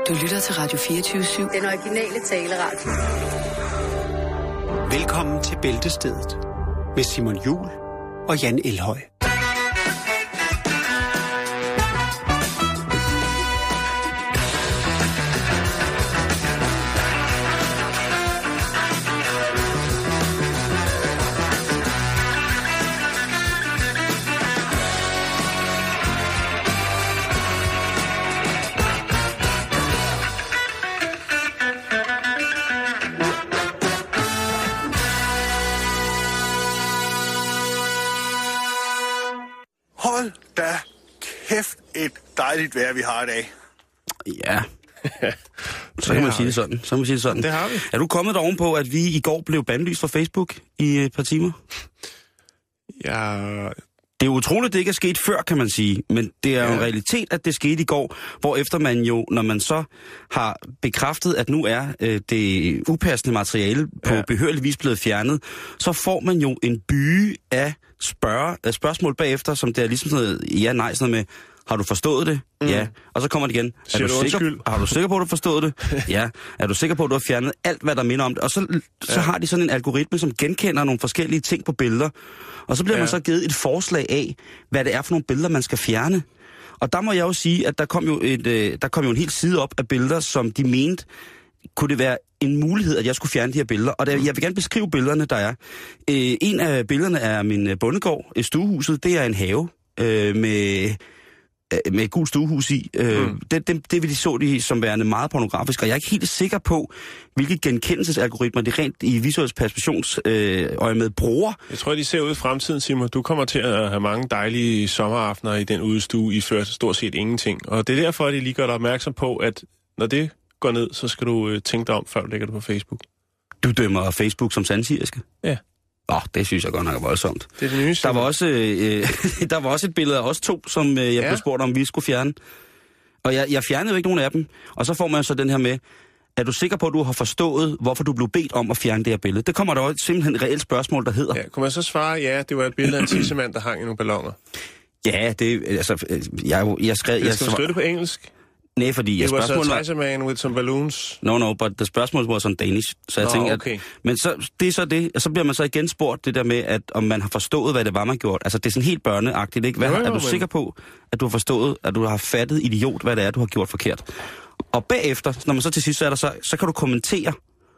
Du lytter til Radio 24/7. Den originale taleradio. Velkommen til Bæltestedet med Simon Juhl og Jan Elhøj. Hold da kæft et dejligt vejr, vi har i dag. Ja, så kan man sige det sådan. Det har vi. Er du kommet ovenpå, at vi i går blev bandlyst fra Facebook i et par timer? Ja. Det er utroligt, det ikke er sket før, kan man sige. Men det er jo en realitet, at det skete i går. Hvorefter man jo, når man så har bekræftet, at nu er det upassende materiale på behørlig vis blevet fjernet, så får man jo en byge af spørgsmål bagefter, som det er ligesom sådan noget, ja, nej, sådan noget med, har du forstået det? Ja. Og så kommer det igen. Har du sikker på, at du har forstået det? Ja. Er du sikker på, at du har fjernet alt, hvad der minder om det? Og så har de sådan en algoritme, som genkender nogle forskellige ting på billeder. Og så bliver man så givet et forslag af, hvad det er for nogle billeder, man skal fjerne. Og der må jeg jo sige, at der kom jo en hel side op af billeder, som de mente, kunne det være en mulighed, at jeg skulle fjerne de her billeder. Og jeg vil gerne beskrive billederne, der er. En af billederne er min bondegård, stuehuset. Det er en have med et gult stuehus i. Det vil de så de som værende meget pornografisk, og jeg er ikke helt sikker på, hvilke genkendelsesalgoritmer det rent i visuel perceptionsøje med bruger. Jeg tror, de ser ud i fremtiden, Simon. Du kommer til at have mange dejlige sommeraftener i den udestue, i først stort set ingenting. Og det er derfor, at de lige gør dig opmærksom på, at når det går ned, så skal du tænke dig om, før du lægger det på Facebook. Du dømmer Facebook som sandsirske? Ja. Det synes jeg godt nok er voldsomt. Det er det nye. Der var også et billede af os to, som jeg blev spurgt om, vi skulle fjerne. Og jeg fjernede jo ikke nogen af dem. Og så får man så den her med, er du sikker på, at du har forstået, hvorfor du blev bedt om at fjerne det her billede? Det kommer der jo simpelthen et reelt spørgsmål, der hedder. Ja, kunne man så svare, ja, det var et billede af en tissemand, der hang i nogle balloner? Ja, jeg skrev... Jeg skal skrive det på engelsk. Nej, fordi it was a Tizer-man with some balloons. No, but the spørgsmål var sådan Danish. Så jeg tænker, okay. Men så, det er så det, og så bliver man så igen spurgt det der med, at om man har forstået, hvad det var, man gjort. Altså, det er sådan helt børneagtigt, ikke? Er du sikker på, at du har forstået, at du har fattet idiot, hvad det er, du har gjort forkert? Og bagefter, når man så til sidst er der, så kan du kommentere.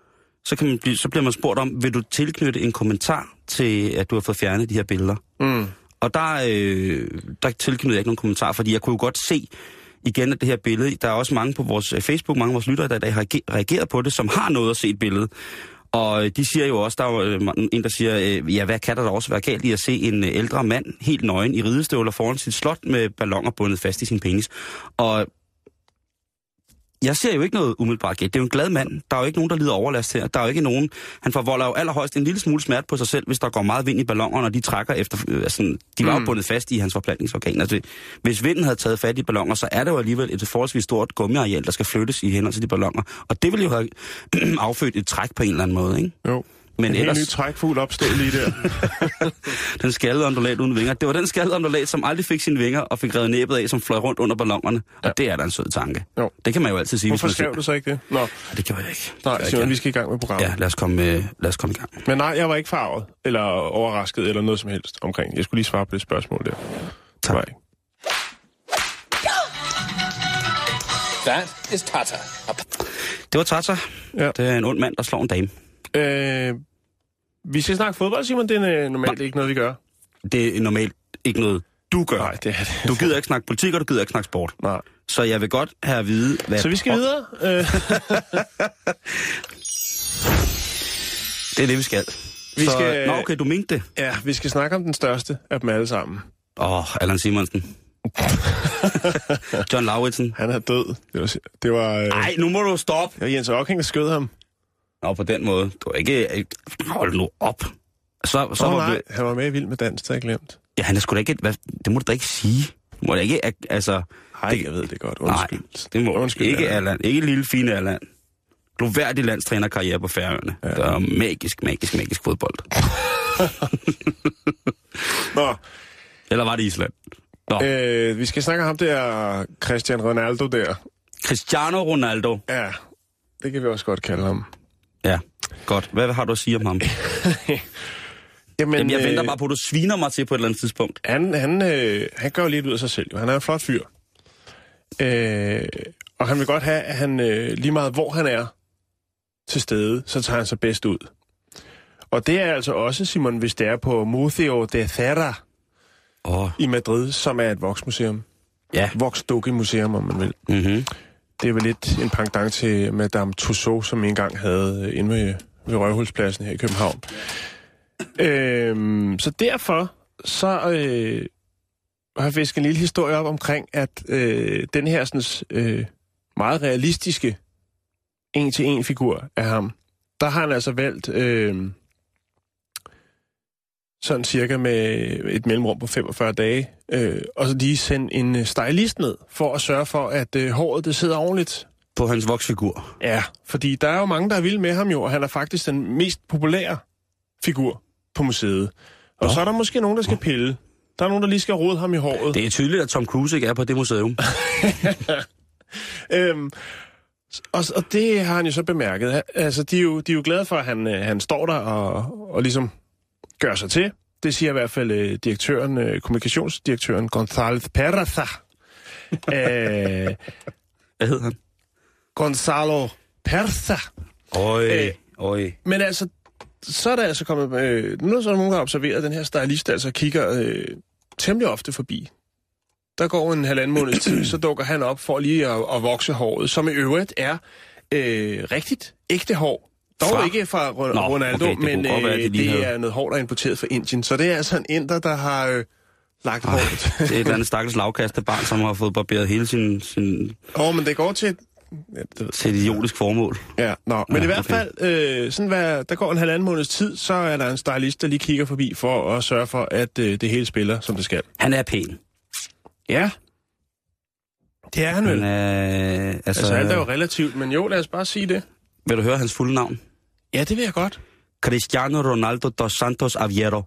Så bliver man spurgt om, vil du tilknytte en kommentar til, at du har fået fjernet de her billeder? Og der tilknyttede jeg ikke nogen kommentar, fordi jeg kunne jo godt se, igen af det her billede. Der er også mange på vores Facebook, mange af vores lyttere, der har reageret på det, som har noget at se et billede. Og de siger jo også, der er jo en, der siger, hvad kan der da også være galt i at se en ældre mand helt nøgen i ridestøvler foran sit slot med balloner bundet fast i sin penis. Og jeg ser jo ikke noget umiddelbart galt. Det er jo en glad mand. Der er jo ikke nogen, der lider overlast her. Der er jo ikke nogen... Han forvolder jo allerhøjst en lille smule smerte på sig selv, hvis der går meget vind i ballonerne, og de trækker efter... de var jo bundet fast i hans forplantningsorgan. Altså, hvis vinden havde taget fat i balloner, så er det jo alligevel et forholdsvis stort gummiareal, der skal flyttes i henhold til de balloner. Og det vil jo have affødt et træk på en eller anden måde, ikke? Jo. Men en ellers... helt ny trækfugl opstod lige der. Den skaldede ondulat uden vinger. Det var den skaldede ondulat, som aldrig fik sine vinger og fik revet næbet af, som fløj rundt under ballonerne. Ja. Og det er da en sød tanke. Jo. Det kan man jo altid sige. Hvorfor skrev du så ikke det? Nå. Det gjorde jeg ikke. Nej, Simon, vi skal i gang med programmet. Ja, lad os komme i gang. Men nej, jeg var ikke farvet, eller overrasket, eller noget som helst omkring. Jeg skulle lige svare på det spørgsmål der. Tak. That is Tata. Det var Tata. Ja. Det er en ond mand, der slår en dame. Vi skal snakke fodbold, Simon. Det er normalt ikke noget, vi gør. Det er normalt ikke noget, du gør. Nej, det er det. Du gider ikke snakke politik, og du gider ikke snakke sport. Nej. Så jeg vil godt have at vide, hvad... Så vi skal videre. Det er det, vi skal. Nå, okay, du mente det. Ja, vi skal snakke om den største af dem alle sammen. Allan Simonsen. John Lauritsen. Han er død. Det var nej, nu må du stoppe. Det var Jens Ocking, der skød ham. Nå, på den måde. Du er ikke... Hold nu op. Nej, han var med i Vild med Dans, det har jeg glemt. Ja, han er sgu da ikke... Det må du da ikke sige. Må da ikke... Altså... Nej, jeg ved det godt. Undskyld. Nej, det må undskyld, ikke Allan. Ikke lille, fine Allan. Gloværdig landstrænerkarriere på Færøerne. Ja. Det er magisk fodbold. Nå. Eller var det Island? Vi skal snakke om ham der, Cristiano Ronaldo der. Cristiano Ronaldo. Ja, det kan vi også godt kalde ham. Ja, godt. Hvad har du at sige om ham? Jamen, jeg venter bare på, at du sviner mig til på et eller andet tidspunkt. Han gør jo lidt ud af sig selv. Han er en flot fyr. Og han vil godt have, at han lige meget hvor han er til stede, så tager han sig bedst ud. Og det er altså også, Simon, hvis det er på Museo de Cera i Madrid, som er et voksmuseum. Ja. Voksdukkemuseum, om man vil. Mm-hmm. Det er vel lidt en pendant til Madame Tussauds, som engang havde inde ved Røvhulspladsen her i København. Så derfor så har jeg fisket en lille historie op omkring, at den her sådan, meget realistiske en-til-en-figur af ham, der har han altså valgt sådan cirka med et mellemrum på 45 dage, og så lige sende en stylist ned for at sørge for, at håret det sidder ordentligt. På hans voksfigur. Ja, fordi der er jo mange, der er vilde med ham jo, og han er faktisk den mest populære figur på museet. Og så er der måske nogen, der skal pille. Der er nogen, der lige skal rode ham i håret. Det er tydeligt, at Tom Cruise ikke er på det museum. Og det har han jo så bemærket. Altså, de er jo glade for, at han står der og ligesom gør sig til. Det siger i hvert fald direktøren, kommunikationsdirektøren González Peraza. Hvad hedder han? Gonzalo Peraza. Oj. Men altså, så er der altså kommet... nu er der nogen, der har observeret, at den her stylist altså kigger temmelig ofte forbi. Der går en halvanden måneds tid, så dukker han op for lige at vokse håret, som i øvrigt er rigtigt ægte hår. Dog ikke fra Ronaldo, okay, men det er noget hår, der er importeret fra Indien. Så det er altså en inder, der har lagt håret. Det er et eller andet stakkels lavkastet barn, som har fået barberet hele sin... men det går til... til et idiotisk formål. Ja, men i hvert fald, der går en halvanden måneds tid, så er der en stylist, der lige kigger forbi for at sørge for, at det hele spiller, som det skal. Han er pæn. Ja. Det er han vel. Altså alt er jo relativt, men jo, lad os bare sige det. Vil du høre hans fulde navn? Ja, det vil jeg godt. Cristiano Ronaldo dos Santos Aveiro.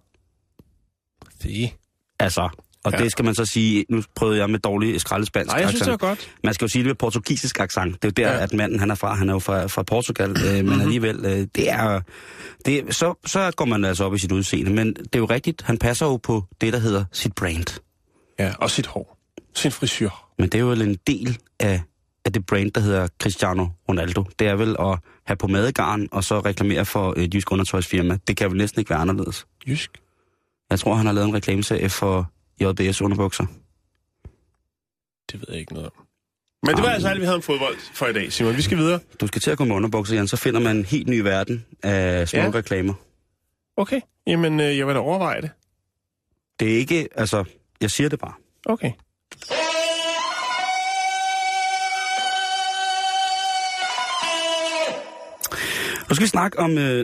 Altså, og det skal man så sige, nu prøvede jeg med dårlig skraldespansk accent. Nej, jeg synes, det var godt. Man skal jo sige det med portugisisk accent. Det er jo der, at manden han er fra. Han er jo fra Portugal, men alligevel, så går man altså op i sit udseende. Men det er jo rigtigt, han passer jo på det, der hedder sit brand. Ja, og sit hår. Sin frisyr. Men det er jo en del af det brand, der hedder Cristiano Ronaldo. Det er vel at have på madegarn, og så reklamere for et jysk undertøjsfirma. Det kan vel næsten ikke være anderledes. Jysk? Jeg tror, han har lavet en reklameserie for JBS underbukser. Det ved jeg ikke noget om. Men det var altså alt, vi havde om fodbold for i dag, Simon. Vi skal videre. Du skal til at gå med underbukser, Jan. Så finder man en helt ny verden af smukke reklamer. Okay. Jamen, jeg vil da overveje det. Det er ikke... Altså, jeg siger det bare. Okay. Nu skal vi snakke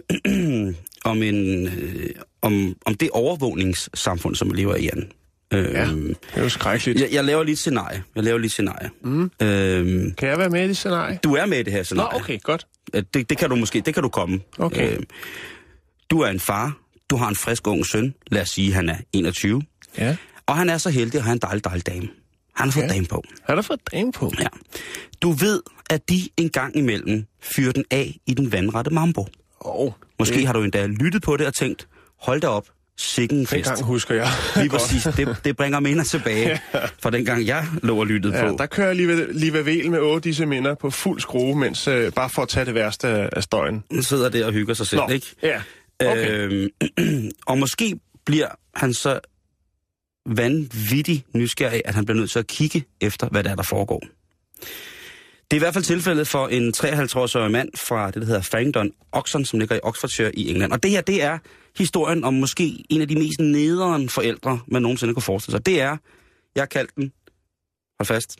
om det overvågningssamfund, som vi lever i, Jan. Det er jo skrækkeligt. Jeg laver lige et scenarie. Kan jeg være med i det scenarie? Du er med i det her scenarie. Nå, okay, godt. Det kan du måske, det kan du komme. Okay. Du er en far, du har en frisk ung søn, lad os sige, han er 21. Ja. Og han er så heldig at have en dejlig dame. Han har fået dame på. Han har fået dame på? Ja. Du ved, at de en gang imellem fyrer den af i den vandrette mambo. Måske har du endda lyttet på det og tænkt, hold da op, sikken en fest. Den gang husker jeg. Lige præcis. Det bringer minder tilbage fra den gang, jeg lå og lyttede på. Der kører Liva Vel med 8 disse minder på fuld skrue, mens bare for at tage det værste af støjen. Han sidder der og hygger sig selv, ikke? Ja. Okay. Og måske bliver han så vanvittig nysgerrig, at han bliver nødt til at kigge efter, hvad der foregår. Det er i hvert fald tilfældet for en 53-årig mand fra det, der hedder Farringdon Oxon, som ligger i Oxfordshire i England. Og det her, det er historien om måske en af de mest nederen forældre, man nogensinde kunne forestille sig. Det er, jeg har kaldt den, hold fast,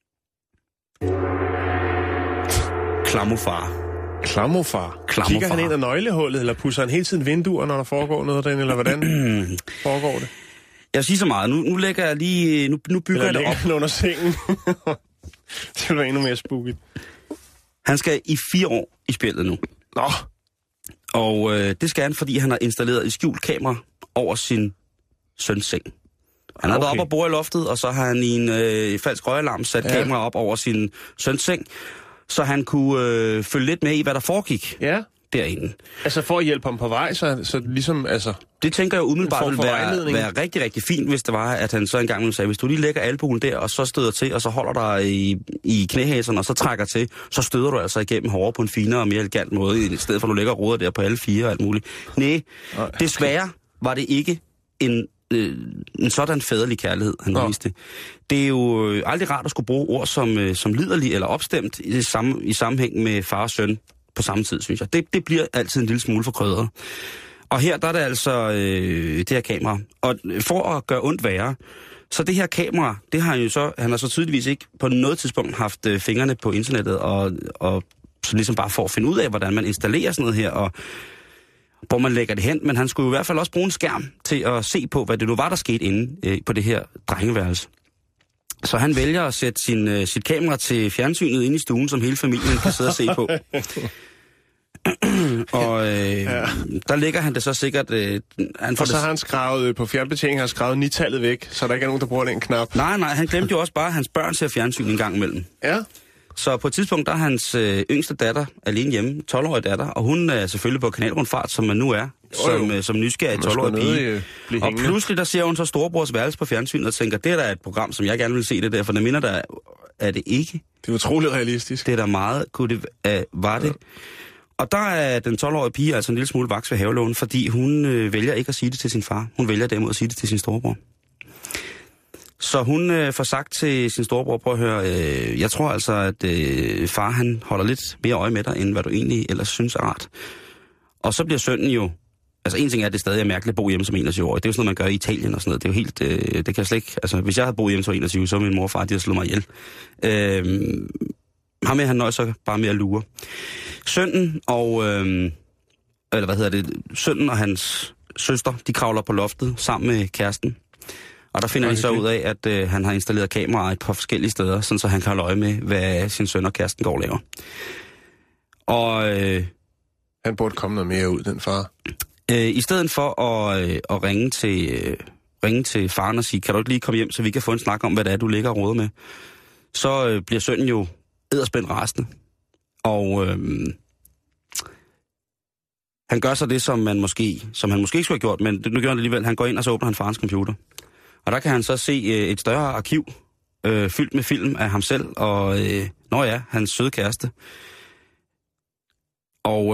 Klamofar. Klamofar? Kigger han ind ad nøglehullet, eller pusser han hele tiden vinduer, når der foregår noget derinde, eller hvordan foregår det? Jeg vil sige så meget. Nu lægger jeg lige, nu bygger jeg det op. Eller under sengen. Det vil være endnu mere spooky. Han skal i 4 år i spillet nu. Nå. Og det skal han, fordi han har installeret et skjult kamera over sin søns seng. Han har været op og bor i loftet, og så har han i en falsk røgalarm sat kamera op over sin søns seng, så han kunne følge lidt med i, hvad der foregik derinde. Altså for at hjælpe ham på vej, så ligesom, altså... Det tænker jeg umiddelbart ville være rigtig, rigtig fint, hvis det var, at han så engang sagde, hvis du lige lægger albuen der, og så støder til, og så holder dig i knæhæserne, og så trækker til, så støder du altså igennem hårdere på en finere og mere elegant måde, i stedet for at du lægger roder der på alle fire og alt muligt. Nej, desværre var det ikke en sådan faderlig kærlighed, han viste. Det er jo aldrig rart at skulle bruge ord som liderlig eller opstemt i sammenhæng med far og søn på samme tid, synes jeg. Det bliver altid en lille smule for krydret. Og her der er det altså det her kamera. Og for at gøre ondt værre, så det her kamera, det har han har så tydeligvis ikke på noget tidspunkt haft fingrene på internettet, og så ligesom bare for at finde ud af, hvordan man installerer sådan noget her, og hvor man lægger det hen. Men han skulle i hvert fald også bruge en skærm til at se på, hvad det nu var, der skete inde på det her drengeværelse. Så han vælger at sætte sit kamera til fjernsynet inde i stuen, som hele familien kan sidde og se på. Og der ligger han det så sikkert... og så har han skrevet på fjernbetjeningen, har skrevet 9-tallet væk, så der ikke er nogen, der bruger den knap. Nej, han glemte jo også bare, at hans børn ser fjernsyn en gang imellem. Ja. Så på et tidspunkt, der er hans yngste datter alene hjemme, 12-årige datter, og hun er selvfølgelig på kanalrundfart, som man nu er, som nysgerrig 12-årig pige. Og pludselig, der ser hun så storebrors værelse på fjernsynet og tænker, det er da et program, som jeg gerne vil se det der, for det minder der, er det ikke. Det er utroligt realistisk. Det er da meget, var det. Ja. Og der er den 12-årige pige altså en lille smule vaks ved havelån, fordi hun vælger ikke at sige det til sin far. Hun vælger derimod at sige det til sin storebror. Så hun får sagt til sin storebror, prøv at høre, jeg tror altså, at far han holder lidt mere øje med dig, end hvad du egentlig ellers synes er rart. Og så bliver sønnen jo, altså en ting er, at det stadig er mærkeligt at bo hjemme som 21-årig. Det er jo sådan noget, man gør i Italien og sådan noget. Det er jo helt, det kan jeg slet ikke, altså hvis jeg havde boet hjemme som 21, så ville min mor og far, de havde slået mig ihjel. Ham med, han nøjes så bare med at lure. Sønnen og, sønnen og hans søster, de kravler på loftet sammen med kæresten. Og der finder de så ud af, at han har installeret kameraer et par forskellige steder, sådan så han kan holde øje med, hvad sin søn og kæresten går og laver. Og han burde komme noget mere ud, den far. I stedet for at ringe til faren og sige, kan du ikke lige komme hjem, så vi kan få en snak om, hvad det er, du ligger og råder med, så bliver sønnen jo edderspændt rasende. Og han gør så det, som han måske ikke skulle have gjort, men nu gør han det alligevel. Han går ind, og så åbner han farens computer. Og der kan han så se et større arkiv, fyldt med film af ham selv, og hans søde kæreste. Og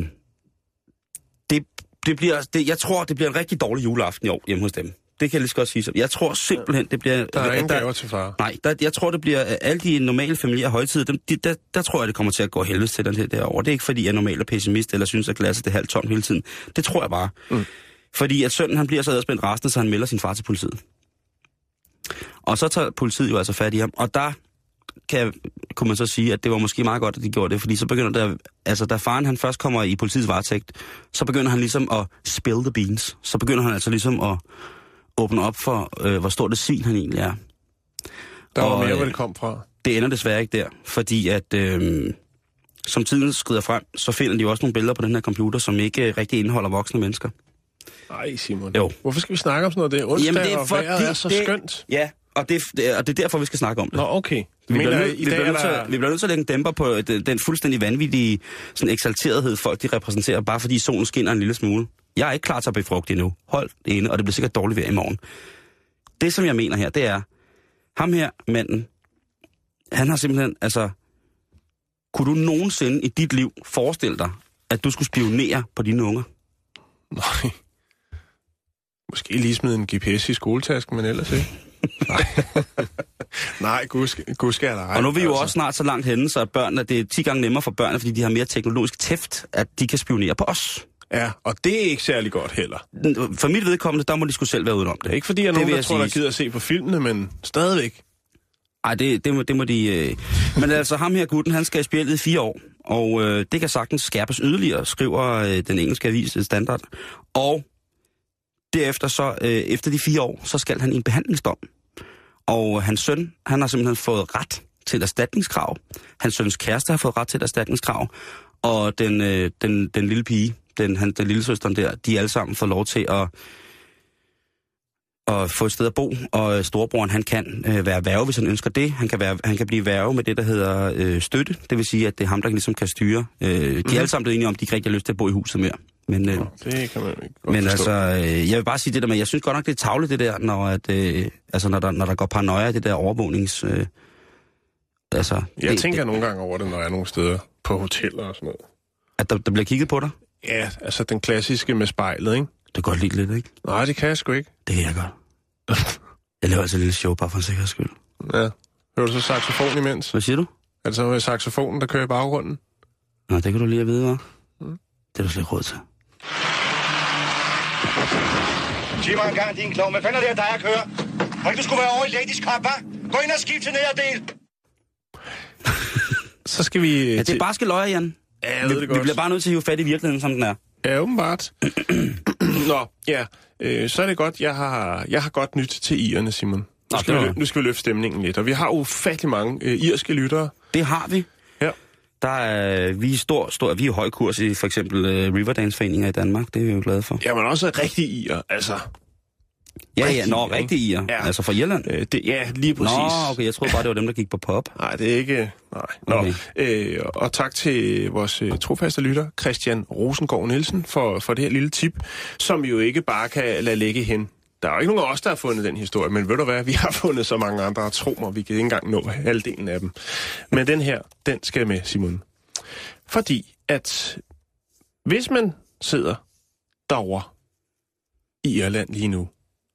jeg tror, det bliver en rigtig dårlig juleaften i år hjemme hos dem. Det kan jeg lige så godt sige. Jeg tror simpelthen, det bliver... Der er ingen gaver til far. Nej, jeg tror, det bliver... Alle de normale familier højtider, der tror jeg, det kommer til at gå helvedes til den her derovre. Det er ikke, fordi jeg er normalt er pessimist, eller synes, at glasset er halvt tomt hele tiden. Det tror jeg bare. Fordi at sønnen, han bliver så edderspændt rasende, så han melder sin far til politiet. Og så tager politiet jo altså fat i ham. Og der kunne man så sige, at det var måske meget godt, at de gjorde det, fordi så begynder der... Altså, da faren han først kommer i politiets varetægt, så begynder han ligesom at spill the beans. Så begynder han altså ligesom at åbne op for, hvor stort det svin han egentlig er. Der var mere velkommen fra. Det ender desværre ikke der, fordi at som tiden skrider frem, så finder de jo også nogle billeder på den her computer, som ikke rigtig indeholder voksne mennesker. Ej, Simon. Jo. Hvorfor skal vi snakke om sådan noget? Det er onsdag, jamen, det er, og vejret er så skønt. Ja, og det er derfor, vi skal snakke om det. Nå, okay. Vi bliver nødt til at lægge en dæmper på den fuldstændig vanvittige sådan eksalterethed, folk de repræsenterer, bare fordi solen skinner en lille smule. Jeg er ikke klar til at befrugte endnu. Hold det inde, og det bliver sikkert dårligt vejr i morgen. Det, som jeg mener her, det er, ham her, manden, han har simpelthen, altså, kunne du nogensinde i dit liv forestille dig, at du skulle spionere på dine unger? Nej. Måske lige smide en GPS i skoletasken, men ellers ikke. Nej, gud skal jeg da ej. Og nu er vi jo også snart så langt henne, så at det er 10 gange nemmere for børnene, fordi de har mere teknologisk tæft, at de kan spionere på os. Ja, og det er ikke særlig godt heller. For mit vedkommende, der må de sgu selv være udenom det. Det er ikke fordi, jeg er nogen, der tror, der gider at se på filmene, men stadigvæk. Ej, det må de... Men altså, ham her gutten, han skal i spjældet i 4 år, og det kan sagtens skærpes yderligere, skriver den engelske avis Standard. Og derefter så, efter de 4 år, så skal han i en behandlingsdom. Og hans søn, han har simpelthen fået ret til et erstatningskrav. Hans søns kæreste har fået ret til et erstatningskrav. Og den lille pige, den lille søsteren der, de alle sammen får lov til at at få et sted at bo, og storebroren, han kan være værge, hvis han ønsker det. Han kan blive værge med det, der hedder støtte. Det vil sige, at det er ham, der ligesom kan styre. De er alle sammen blevet enige om, de ikke rigtig har lyst til at bo i huset mere. Men, det kan man ikke godt men forstå. altså, jeg vil bare sige det der med, jeg synes godt nok, det er tarveligt det der, når der går paranoia i det der overvågnings... Jeg tænker nogle gange over det, når jeg er nogle steder på hoteller og sådan noget. At der bliver kigget på dig? Ja, altså den klassiske med spejlet, ikke? Det kan godt lide lidt, ikke? Nej, det kan jeg sgu ikke. Det kan jeg godt. Jeg laver altså et lille show, bare for en sikkerheds skyld. Ja. Hører du så saxofon imens? Hvad siger du? Er det så saxofonen, der kører i baggrunden? Nå, det kan du lige at vide, hva'? Det er du slet ikke råd til. Sig mig engang, din klovn. Hvad fanden er det, der kører? Hvor ikke du skulle være over i Ladies Cup, hva'? Gå ind og skift til nederdel. Så skal vi... Ja, det er barske løjer, Jan. Ja, jeg ved det godt. Vi bliver bare nødt til at hive fat i virkeligheden, som den er. Ja, åbenbart. Nå, ja. Så er det godt. Jeg har godt nyt til irerne, Simon. Nu skal vi løfte stemningen lidt. Og vi har ufattelig mange irske lyttere. Det har vi. Ja. Vi er i høj kurs i for eksempel Riverdance-foreninger i Danmark. Det er vi jo glade for. Ja, men også rigtig ir, altså... Rigtig ir. Ja. Altså fra Irland? Ja, lige præcis. Nå, okay, jeg troede bare, det var dem, der gik på pop. Nej, det er ikke... Nej. Nå. Okay. Og tak til vores trofaste lytter, Christian Rosengård Nielsen, for det her lille tip, som vi jo ikke bare kan lade ligge hen. Der er jo ikke nogen af os, der har fundet den historie, men ved du hvad, vi har fundet så mange andre, tro mig, vi kan ikke engang nå halvdelen af dem. Men den her, den skal med, Simon. Fordi at hvis man sidder derovre i Irland lige nu,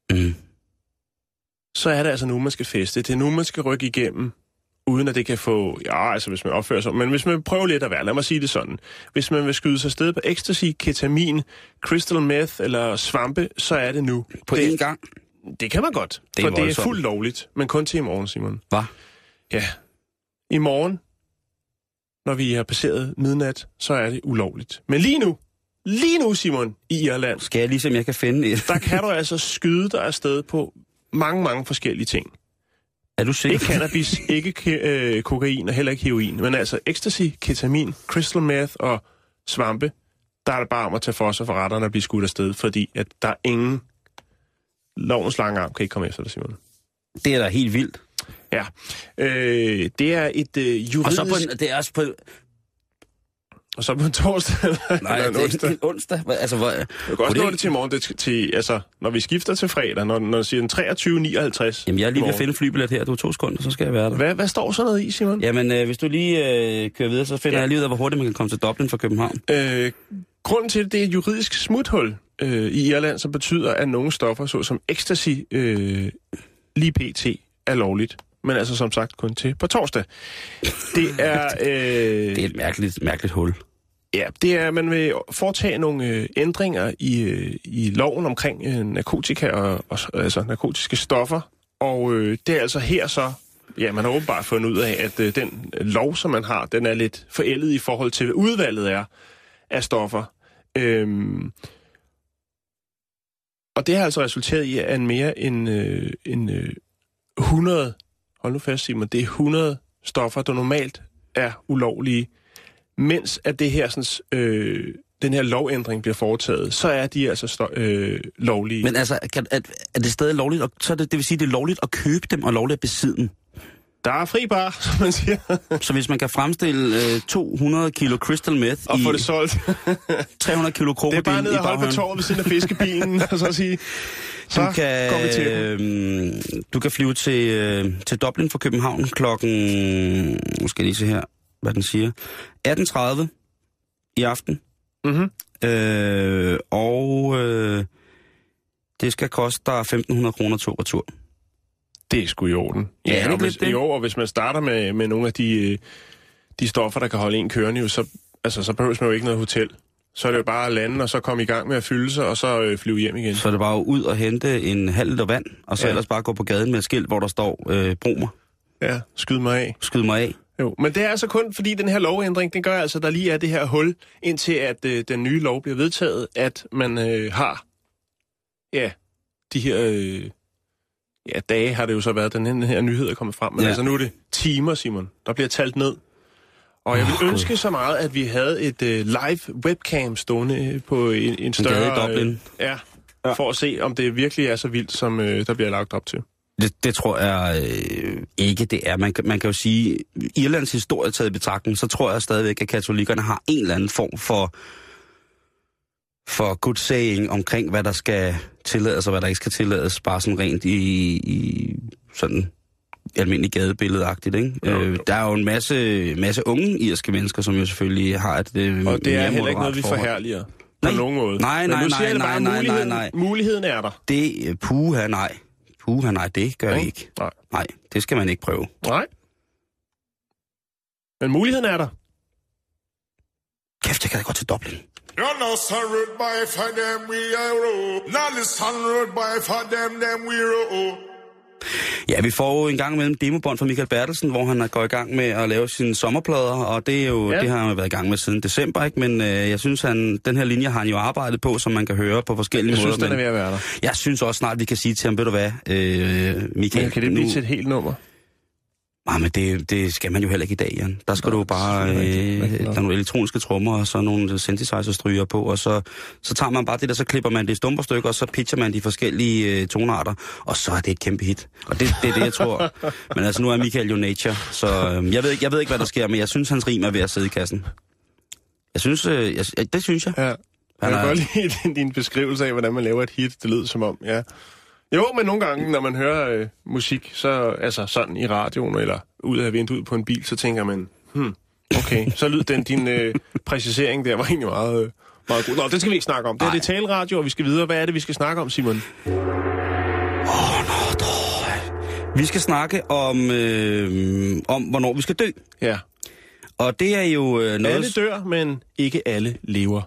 så er det altså nu, man skal feste. Det er nu, man skal rykke igennem, uden at det kan få... Ja, altså hvis man opfører sig... Men hvis man prøver lidt at være, lad mig sige det sådan. Hvis man vil skyde sig afsted på ecstasy, ketamin, crystal meth eller svampe, så er det nu. På én gang? Det kan man godt, for det er fuldt lovligt. Men kun til i morgen, Simon. Hvad? Ja. I morgen, når vi har passeret midnat, så er det ulovligt. Men lige nu, Simon, i Irland... Skal jeg ligesom jeg kan finde et? Der kan du altså skyde dig afsted på mange, mange forskellige ting. Er du sikker? Ikke cannabis, ikke kokain og heller ikke heroin, men altså ecstasy, ketamin, crystal meth og svampe, der er det bare om at tage for sig for retterne og blive skudt afsted, fordi at der er ingen lovens lange arm kan ikke komme efter dig, Simon. Det er da helt vildt. Ja. Det er et juridisk... Og så det er også på... Og så på en torsdag? Nej, det er en onsdag. Altså, jeg kan også nå det til i morgen, altså, når vi skifter til fredag, når du siger den 23.59. Jamen, jeg er lige ved at finde flybillet her. Du er 2 sekunder, så skal jeg være der. Hvad står så noget i, Simon? Jamen, hvis du lige kører videre, så finder jeg lige ud af, hvor hurtigt man kan komme til Dublin fra København. Grunden til det er et juridisk smuthul i Irland, som betyder, at nogle stoffer, såsom ecstasy, lige pt. Er lovligt. Men altså som sagt kun til på torsdag. Det er... det er et mærkeligt hul. Ja, det er, at man vil foretage nogle ændringer i loven omkring narkotika og altså narkotiske stoffer. Og det er altså her så... Ja, man har åbenbart fundet ud af, at den lov, som man har, den er lidt forældet i forhold til, hvad udvalget er af stoffer. Og det har altså resulteret i, at mere end 100... Hold nu fast, Simon, det er 100 stoffer, der normalt er ulovlige. Mens at det her, den her lovændring bliver foretaget, så er de altså lovlige. Men altså, er det stadig lovligt? Så det vil sige, det er lovligt at købe dem og lovligt at besidde dem? Der er fri bar, som man siger. Så hvis man kan fremstille 200 kilo crystal meth og få det solgt. 300 kilo krokodil i baghånden. Det er bare ned og holde på torvet ved siden af fiskebilen, og så sige... Så går vi til du kan flyve til Dublin fra København klokken... Nu skal jeg lige se her, hvad den siger. 18.30 i aften. Mm-hmm. Det skal koste dig 1.500 kroner tur. Det er sgu i orden. Ja, og hvis man starter med nogle af de stoffer, der kan holde en kørende, så behøver man jo ikke noget hotel. Så er det jo bare at lande, og så komme i gang med at fylde sig, og så flyve hjem igen. Så er det bare ud og hente en halv liter vand, og så ellers bare gå på gaden med et skilt, hvor der står, brug mig. Ja, skyd mig af. Jo, men det er altså kun, fordi den her lovændring, den gør altså, der lige er det her hul, indtil at den nye lov bliver vedtaget, at man har, de her, dage har det jo så været, den her nyhed er kommet frem. Men altså nu er det timer, Simon, der bliver talt ned. Og jeg vil ønske så meget, at vi havde et live webcam stående på en større... Dublin. for at se, om det virkelig er så vildt, som der bliver lagt op til. Det tror jeg ikke, det er. Man kan jo sige, Irlands historie taget i betragtning, så tror jeg stadigvæk, at katolikkerne har en eller anden form for good saying omkring, hvad der skal tillades og hvad der ikke skal tillades, bare sådan rent i sådan almindelig gadebilledeagtigt, ikke? Der er jo en masse unge irske mennesker, som jo selvfølgelig har et og det er heller ikke noget, vi forherliger på nogen måde. Nej. Muligheden er der. Det, nej, det gør jeg ikke. Nej, det skal man ikke prøve. Nej. Men muligheden er der. Kæft, jeg kan da godt til Dublin. You're no surrounded by for them we are. Not the surrounded by for them we are. Ja, vi får jo en gang imellem demobånd fra Michael Bertelsen, hvor han går i gang med at lave sine sommerplader, og det er jo det har han jo været i gang med siden december, ikke? Men jeg synes, den her linje har han jo arbejdet på, som man kan høre på forskellige måder. Jeg synes, den er ved at være der. Jeg synes også snart, vi kan sige til ham, ved du hvad, Michael... Men kan det blive til et helt nummer? Nej, men det skal man jo heller ikke i dag, Jan. Der skal du bare... der er nogle elektroniske trommer, og så nogle synthesizer-stryger på, og så tager man bare det der, så klipper man det i stumperstykker, og så pitcher man de forskellige tonarter, og så er det et kæmpe hit. Og det er det, jeg tror. Men altså, nu er Michael jo nature, så jeg ved ikke, hvad der sker, men jeg synes, hans rim er ved at sidde i kassen. Jeg synes, det synes jeg. Ja. Jeg kan godt lide din beskrivelse af, hvordan man laver et hit. Det lyder som om, ja... Jo, men nogle gange, når man hører musik, så altså sådan i radioen eller ud af vinduet på en bil, så tænker man, okay, så lyder din præcisering der var egentlig meget god. Nå, det skal vi ikke snakke om. Det er det taleradio, og vi skal videre. Hvad er det, vi skal snakke om, Simon? Vi skal snakke om, hvornår vi skal dø. Ja. Og det er jo noget... Alle dør, men ikke alle lever.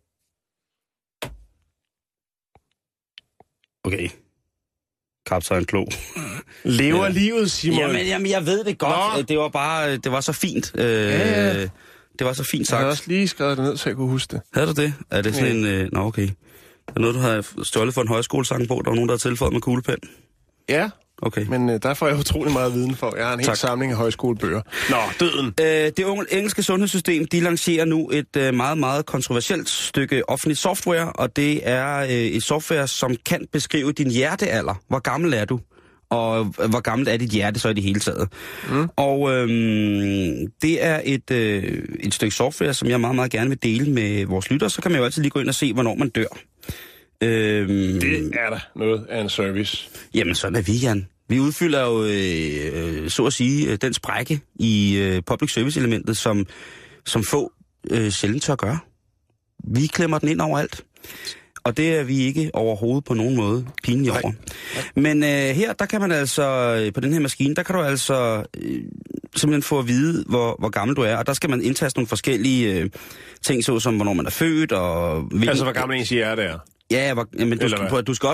Okay. Kaptajn Klo. Lever livet, Simon? Jamen, jeg ved det godt. Det var så fint. Det var så fint sagt. Jeg har også lige skrevet det ned, så jeg kunne huske det. Havde du det? Er det sådan en... Nå, okay. Er det noget, du har stjålet for en højskolesangbog? Der var nogen, der har tilføjet med kuglepen? Ja. Okay. Men der får jeg utrolig meget viden for. Jeg har en hel samling af højskolebøger. Nå, døden. Det engelske sundhedssystem, de lancerer nu et meget, meget kontroversielt stykke offentlig software, og det er et software, som kan beskrive din hjertealder. Hvor gammel er du? Og hvor gammelt er dit hjerte så i det hele taget? Og det er et stykke software, som jeg meget, meget gerne vil dele med vores lyttere. Så kan man jo altid lige gå ind og se, hvornår man dør. Det er da noget af en service. Jamen, sådan er vi, Jan. Vi udfylder jo, så at sige, den sprække i public service-elementet, som få sjældent tør gøre. Vi klemmer den ind overalt. Og det er vi ikke overhovedet på nogen måde pinlige over. Men her, der kan man altså, på den her maskine, der kan du altså simpelthen få at vide, hvor gammel du er. Og der skal man indtaste nogle forskellige ting, såsom hvornår man er født og... Altså, hvor gammel ens hjerte er? Ja, men du skal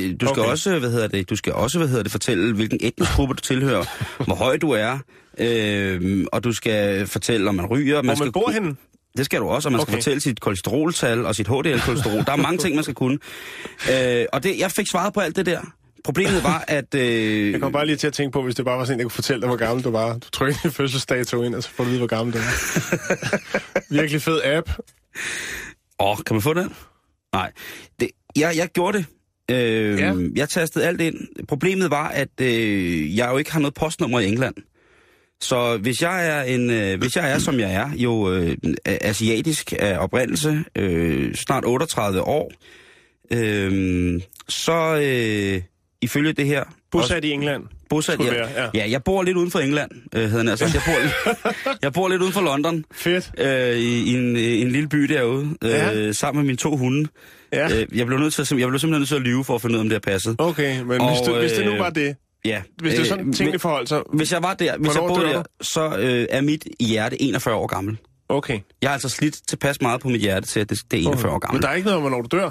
også fortælle, hvilken etnisk gruppe du tilhører, hvor høj du er, og du skal fortælle, om man ryger. Hvor man bor henne? Det skal du også, og man skal fortælle sit kolesteroltal og sit HDL-kolesterol. Der er mange ting, man skal kunne. Og jeg fik svaret på alt det der. Problemet var, at... Jeg kom bare lige til at tænke på, hvis det bare var sådan, jeg kunne fortælle dig, hvor gammel du var. Du trykker din fødselsdato ind, og så får du vide, hvor gammel du er. Virkelig fed app. Kan man få den? Nej. Jeg gjorde det. Jeg tastede alt ind. Problemet var, at jeg jo ikke har noget postnummer i England. Så hvis jeg er som jeg er, jo asiatisk af oprindelse, snart 38 år, så ifølge det her... Bosat i England? Bosat, ja, jeg bor lidt uden for England, hedder han altså. Jeg bor lidt uden for London. Fedt. I en lille by derude, sammen med mine 2 hunde. Ja. Jeg blev simpelthen nødt til at lyve for at finde ud af, om det har passet. Okay, men hvis det nu var det... Ja. Hvis det er sådan tingene forhold, så... Hvis jeg var der, hvis jeg boede der, så er mit hjerte 41 år gammel. Okay. Jeg har altså slidt tilpas meget på mit hjerte til, at det er 41 år gammel. Men der er ikke noget om, hvornår du dør?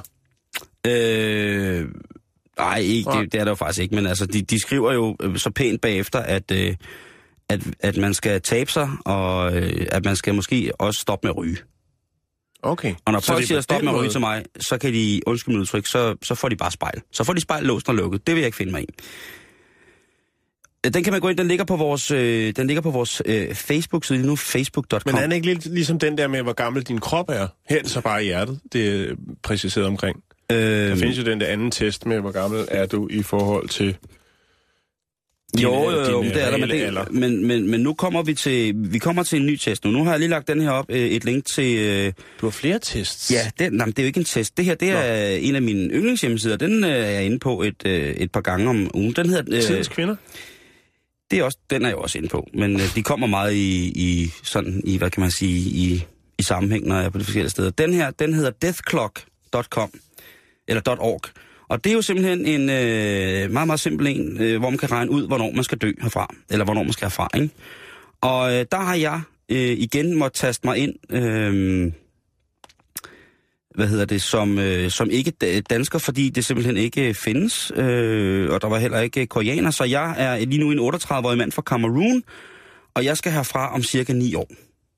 Nej, det er der jo faktisk ikke, men altså, de skriver jo så pænt bagefter, at man skal tabe sig, og at man skal måske også stoppe med at ryge. Okay. Og når folk siger stop med at ryge til mig, så kan de, undskyld mit udtryk, så får de bare spejl. Så får de spejl låst og lukket. Det vil jeg ikke finde mig i. Den kan man gå ind, den ligger på vores Facebook-side nu, facebook.com. Men er den ikke lidt ligesom den der med, hvor gammel din krop er? Her er det så bare hjertet, det er præciseret omkring. Der findes jo den der anden test med, hvor gammel er du i forhold til Jo, det er der, men nu kommer vi kommer til en ny test nu. Nu har jeg lige lagt den her op, et link til... Du har flere tests? Ja, det er jo ikke en test. Det her, det er en af mine yndlingshjemmesider. Den er jeg inde på et par gange om ugen. Den hedder... Tidens Kvinder? Den er jeg også inde på, men de kommer meget i hvad kan man sige, i sammenhæng, når jeg er på de forskellige steder. Den her, den hedder deathclock.com, eller .org. Og det er jo simpelthen en meget, meget simpel en, hvor man kan regne ud, hvornår man skal dø herfra, eller hvornår man skal herfra, ikke? Og der har jeg igen måtte taste mig ind, som ikke dansker, fordi det simpelthen ikke findes, og der var heller ikke koreaner, så jeg er lige nu en 38-årig mand fra Cameroon, og jeg skal herfra om cirka 9 år,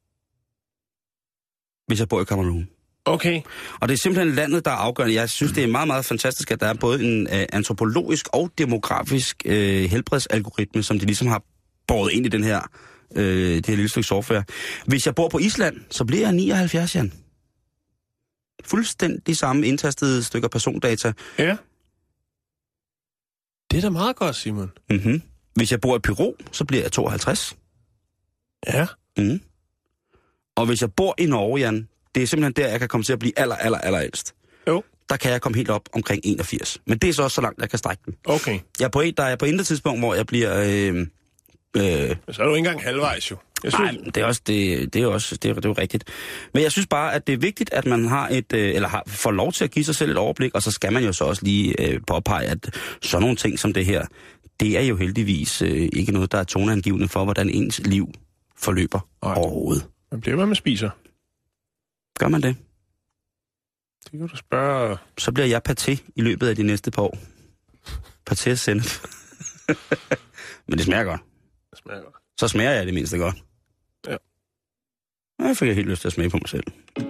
hvis jeg bor i Cameroon. Okay. Og det er simpelthen landet, der er afgørende. Jeg synes, det er meget, meget fantastisk, at der er både en antropologisk og demografisk helbredsalgoritme, som de ligesom har båret ind i det her lille stykke software. Hvis jeg bor på Island, så bliver jeg 79, Jan. Fuldstændig samme indtastede stykker persondata. Ja. Det er da meget godt, Simon. Mm-hmm. Hvis jeg bor i Peru, så bliver jeg 52. Ja. Mm. Og hvis jeg bor i Norge, Jan, det er simpelthen der, jeg kan komme til at blive aller ældst. Jo. Der kan jeg komme helt op omkring 81. Men det er så også så langt, jeg kan strække den. Okay. Der er på intet tidspunkt, hvor jeg bliver... Så er du ikke engang halvvejs, jo. Nej, det er jo rigtigt. Men jeg synes bare, at det er vigtigt, at man har får lov til at give sig selv et overblik, og så skal man jo så også lige påpege, at sådan nogle ting som det her, det er jo heldigvis ikke noget, der er toneangivende for, hvordan ens liv forløber overhovedet. Man bliver, hvad man spiser. Gør man det? Det kan du spørge... Så bliver jeg paté i løbet af de næste par år. Paté og sennep. Men det smager godt. Det smager godt. Så smager jeg det mindste godt. Ja. Jeg fik helt lyst til at smage på mig selv.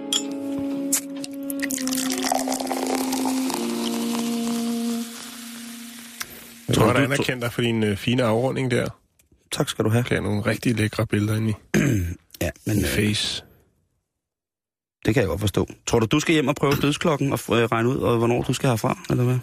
Jeg tror, du anerkendt dig for din fine afrunding der. Tak skal du have. Kan jeg nogle rigtig lækre billeder ind i. Ja, men... Face. Det kan jeg godt forstå. Tror du skal hjem og prøve dødsklokken og regne ud, og hvornår du skal herfra, eller hvad?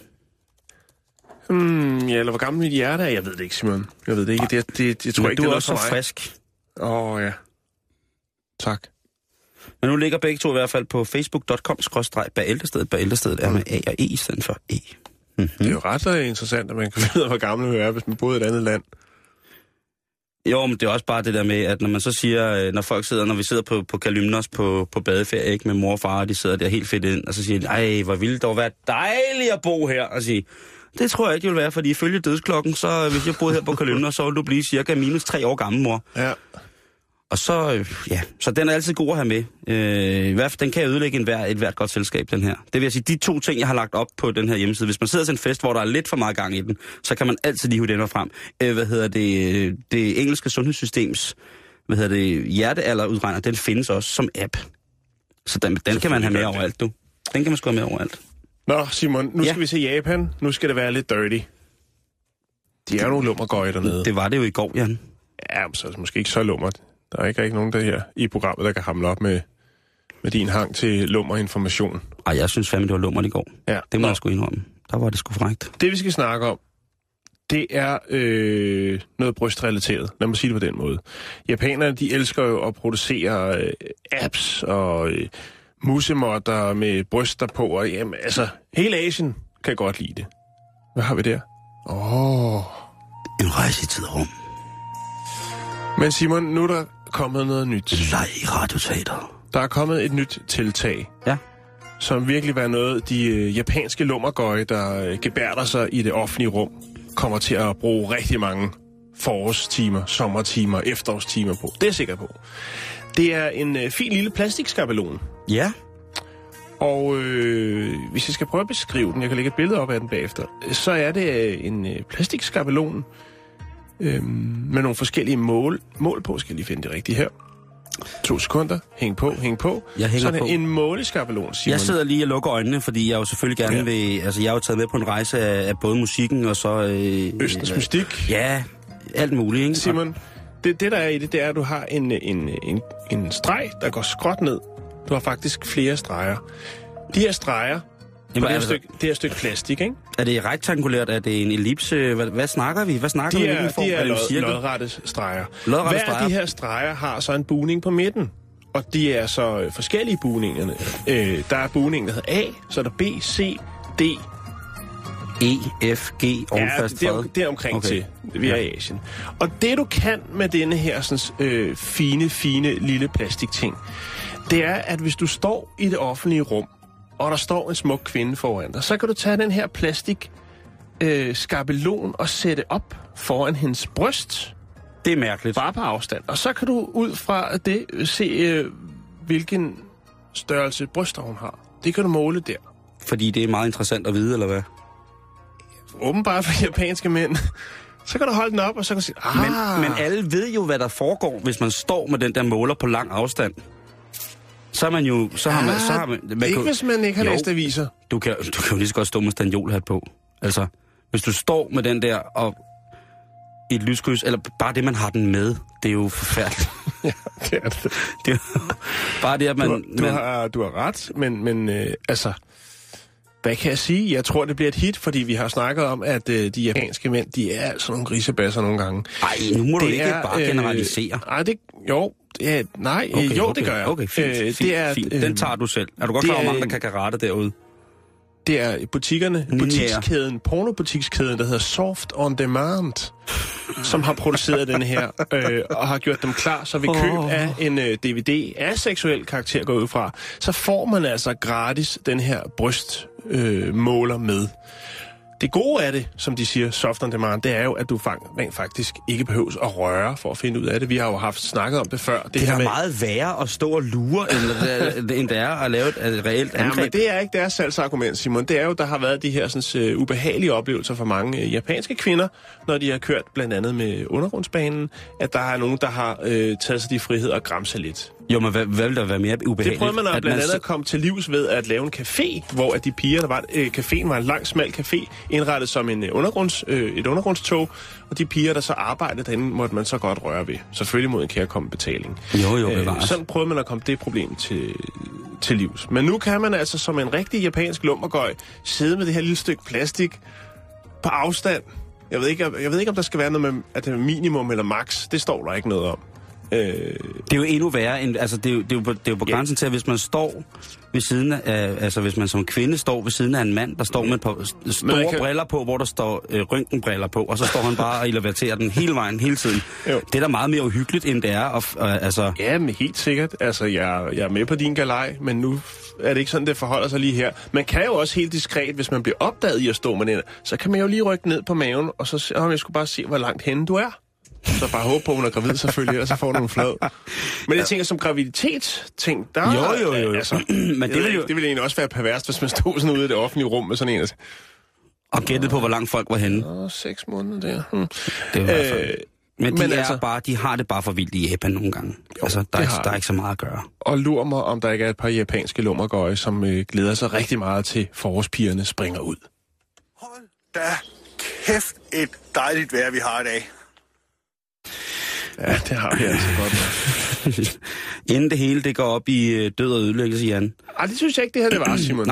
Ja, eller hvor gammel mit hjerte er. Jeg ved det ikke, Simon. Jeg ved det ikke. Jeg tror ikke, du det er også så frisk. Ja. Tak. Men nu ligger begge to i hvert fald på facebook.com/bæltestedet. Bæltestedet er med A og E i stedet for E. Mm-hmm. Det er jo ret interessant, at man kan vide, hvor gammel man er, hvis man boede i et andet land. Jo, men det er også bare det der med, at når man så siger, når vi sidder på Kalymnos på badeferie, ikke, med mor og far, og de sidder der helt fedt ind, og så siger de, ej, hvor ville det dog være dejligt at bo her, og sige, det tror jeg ikke, det vil være, fordi ifølge dødsklokken, så hvis jeg boede her på Kalymnos, så ville du blive cirka minus 3 år gammel, mor. Ja. Og så den er altid god at have med. I hvert fald, den kan ødelægge et hvert godt selskab, den her. Det vil jeg sige, de 2 ting, jeg har lagt op på den her hjemmeside. Hvis man sidder til en fest, hvor der er lidt for meget gang i den, så kan man altid lige hive den her frem. Det engelske sundhedssystems, hjertealderudregner, den findes også som app. Så den kan man have med overalt, du. Den kan man sgu have med overalt. Nå, Simon, nu skal vi se Japan. Nu skal det være lidt dirty. De er jo nogle lummergøje dernede. Det var det jo i går, Jan. Ja, så er det måske ikke så lummert. Der er ikke rigtig nogen der her i programmet, der kan hamle op med din hang til lummerinformation. Ej, jeg synes fandme, det var lummert i går. Ja. Det må jeg sgu indrømme. Der var det sgu frækt. Det, vi skal snakke om, det er noget brystrelateret. Lad mig sige det på den måde. Japanerne, de elsker jo at producere apps og musemotter med bryster på. Og, jamen, altså, hele Asien kan godt lide det. Hvad har vi der? En rejse i tid og rum. Men Simon, nu er der kommet noget nyt. Leg i radioteater. Der er kommet et nyt tiltag. Ja. Som virkelig var noget, de japanske lummergøje, der gebærder sig i det offentlige rum, kommer til at bruge rigtig mange forårstimer, sommertimer, efterårstimer på. Det er jeg sikker på. Det er en fin lille plastikskabelon. Ja. Og hvis jeg skal prøve at beskrive den, jeg kan lægge et billede op af den bagefter, så er det en plastikskabelon med nogle forskellige mål på. Skal jeg lige finde det rigtigt her. 2 sekunder. Hæng på. Jeg hænger så på. En måleskabelon, Simon. Jeg sidder lige og lukker øjnene, fordi jeg jo selvfølgelig gerne vil... Altså, jeg har jo taget med på en rejse af både musikken og så... Østens mystik. Ja, alt muligt, ikke? Simon, det der er i det, det er, at du har en streg, der går skråt ned. Du har faktisk flere streger. De her streger, Jamen, det er et stykke plastik, ikke? Er det rektangulært? Er det en ellipse? Hvad snakker vi? Hvad snakker vi? De er lodrette streger. Hver af de her streger har så en bugning på midten. Og de er så forskellige bugningerne. Der er bugningen, der hedder A, så er der B, C, D, E, F, G, ovenfast fred. Ja, det er omkring okay. Til. Vi er i Asien. Og det du kan med denne her sådan, fine lille plastikting, det er, at hvis du står i det offentlige rum, og der står en smuk kvinde foran dig, så kan du tage den her plastik skabelon og sætte op foran hendes bryst. Det er mærkeligt. Bare på afstand. Og så kan du ud fra det se, hvilken størrelse bryster hun har. Det kan du måle der. Fordi det er meget interessant at vide, eller hvad? Åbenbart for japanske mænd. Så kan du holde den op, og så kan du sige, Men alle ved jo, hvad der foregår, hvis man står med den der måler på lang afstand. Så er man jo... Så har man ikke hvis man ikke har læst aviser. Du kan jo lige så godt stå med stanjolhat på. Altså, hvis du står med den der og i et lyskryds, eller bare det, man har den med, det er jo forfærdeligt. Ja, det er det. Det er bare det, at man... Du har ret, men altså... Hvad kan jeg sige? Jeg tror, det bliver et hit, fordi vi har snakket om, at de japanske mænd, de er altså nogle grisebasser nogle gange. Nej, nu må du ikke bare generalisere. Det gør jeg. Okay, fint. Fint. Den tager du selv. Er du godt klar over, mange der kan karate derude? Det er butikkerne, pornobutikskæden, der hedder Soft On Demand, som har produceret den her, og har gjort dem klar, så ved køb af en DVD af seksuel karakter går ud fra, så får man altså gratis den her brystmåler med. Det gode af det, som de siger, Soft On Demand, det er jo, at du rent faktisk ikke behøves at røre for at finde ud af det. Vi har jo haft snakket om det før. Det er meget værre at stå og lure, end det er at lave et reelt angreb. Ja, men det er ikke deres salgsargument, Simon. Det er jo, der har været de her sådan, ubehagelige oplevelser for mange japanske kvinder, når de har kørt blandt andet med undergrundsbanen, at der er nogen, der har taget sig de friheder og gramse lidt. Jo, men hvad vil der være mere ubehageligt? Det prøvede man blandt andet at komme til livs ved at lave en café, hvor at de piger, der var... Caféen var en lang, smal café, indrettet som et undergrundstog, og de piger, der så arbejdede derinde, måtte man så godt røre ved. Selvfølgelig mod en kærkommen betaling. Jo, sådan prøvede man at komme det problem til livs. Men nu kan man altså som en rigtig japansk lummergøj sidde med det her lille stykke plastik på afstand. Jeg ved ikke, om der skal være noget med, at det er minimum eller max. Det står der ikke noget om. Det er jo endnu værre end, altså det er jo på grænsen til, at hvis man står ved siden af, altså hvis man som kvinde står ved siden af en mand, der står med et par store briller på, hvor der står røntgenbriller på, og så står han bare og elevaterer den hele vejen, hele tiden. Jo. Det er da meget mere uhyggeligt, end det er. Altså... Ja, men helt sikkert. Altså, jeg er med på din galej, men nu er det ikke sådan, det forholder sig lige her. Man kan jo også helt diskret, hvis man bliver opdaget i at stå med den, så kan man jo lige rykke ned på maven, og så jeg skulle bare se, hvor langt henne du er. Så bare håbe på, at hun er gravid selvfølgelig, ellers så får du en flad. Men jeg tænker, som graviditetsting, der... Jo. Altså, men det vil egentlig også være perverst, hvis man stod sådan ude i det offentlige rum med sådan en... Og gættede på, hvor langt folk var henne. 6 måneder der. Det var i hvert fald... Men altså, de har det bare for vildt i Japan nogle gange. Jo, altså, der er ikke så meget at gøre. Og lur mig, om der ikke er et par japanske lummergøje, som glæder sig rigtig meget til forårspigerne springer ud. Hold da kæft et dejligt vejr, vi har i dag. Ja, det har vi altså godt. Inden det hele det går op i død og ødelæggelse, Jan. Ej, det synes jeg ikke, det her det var, Simon.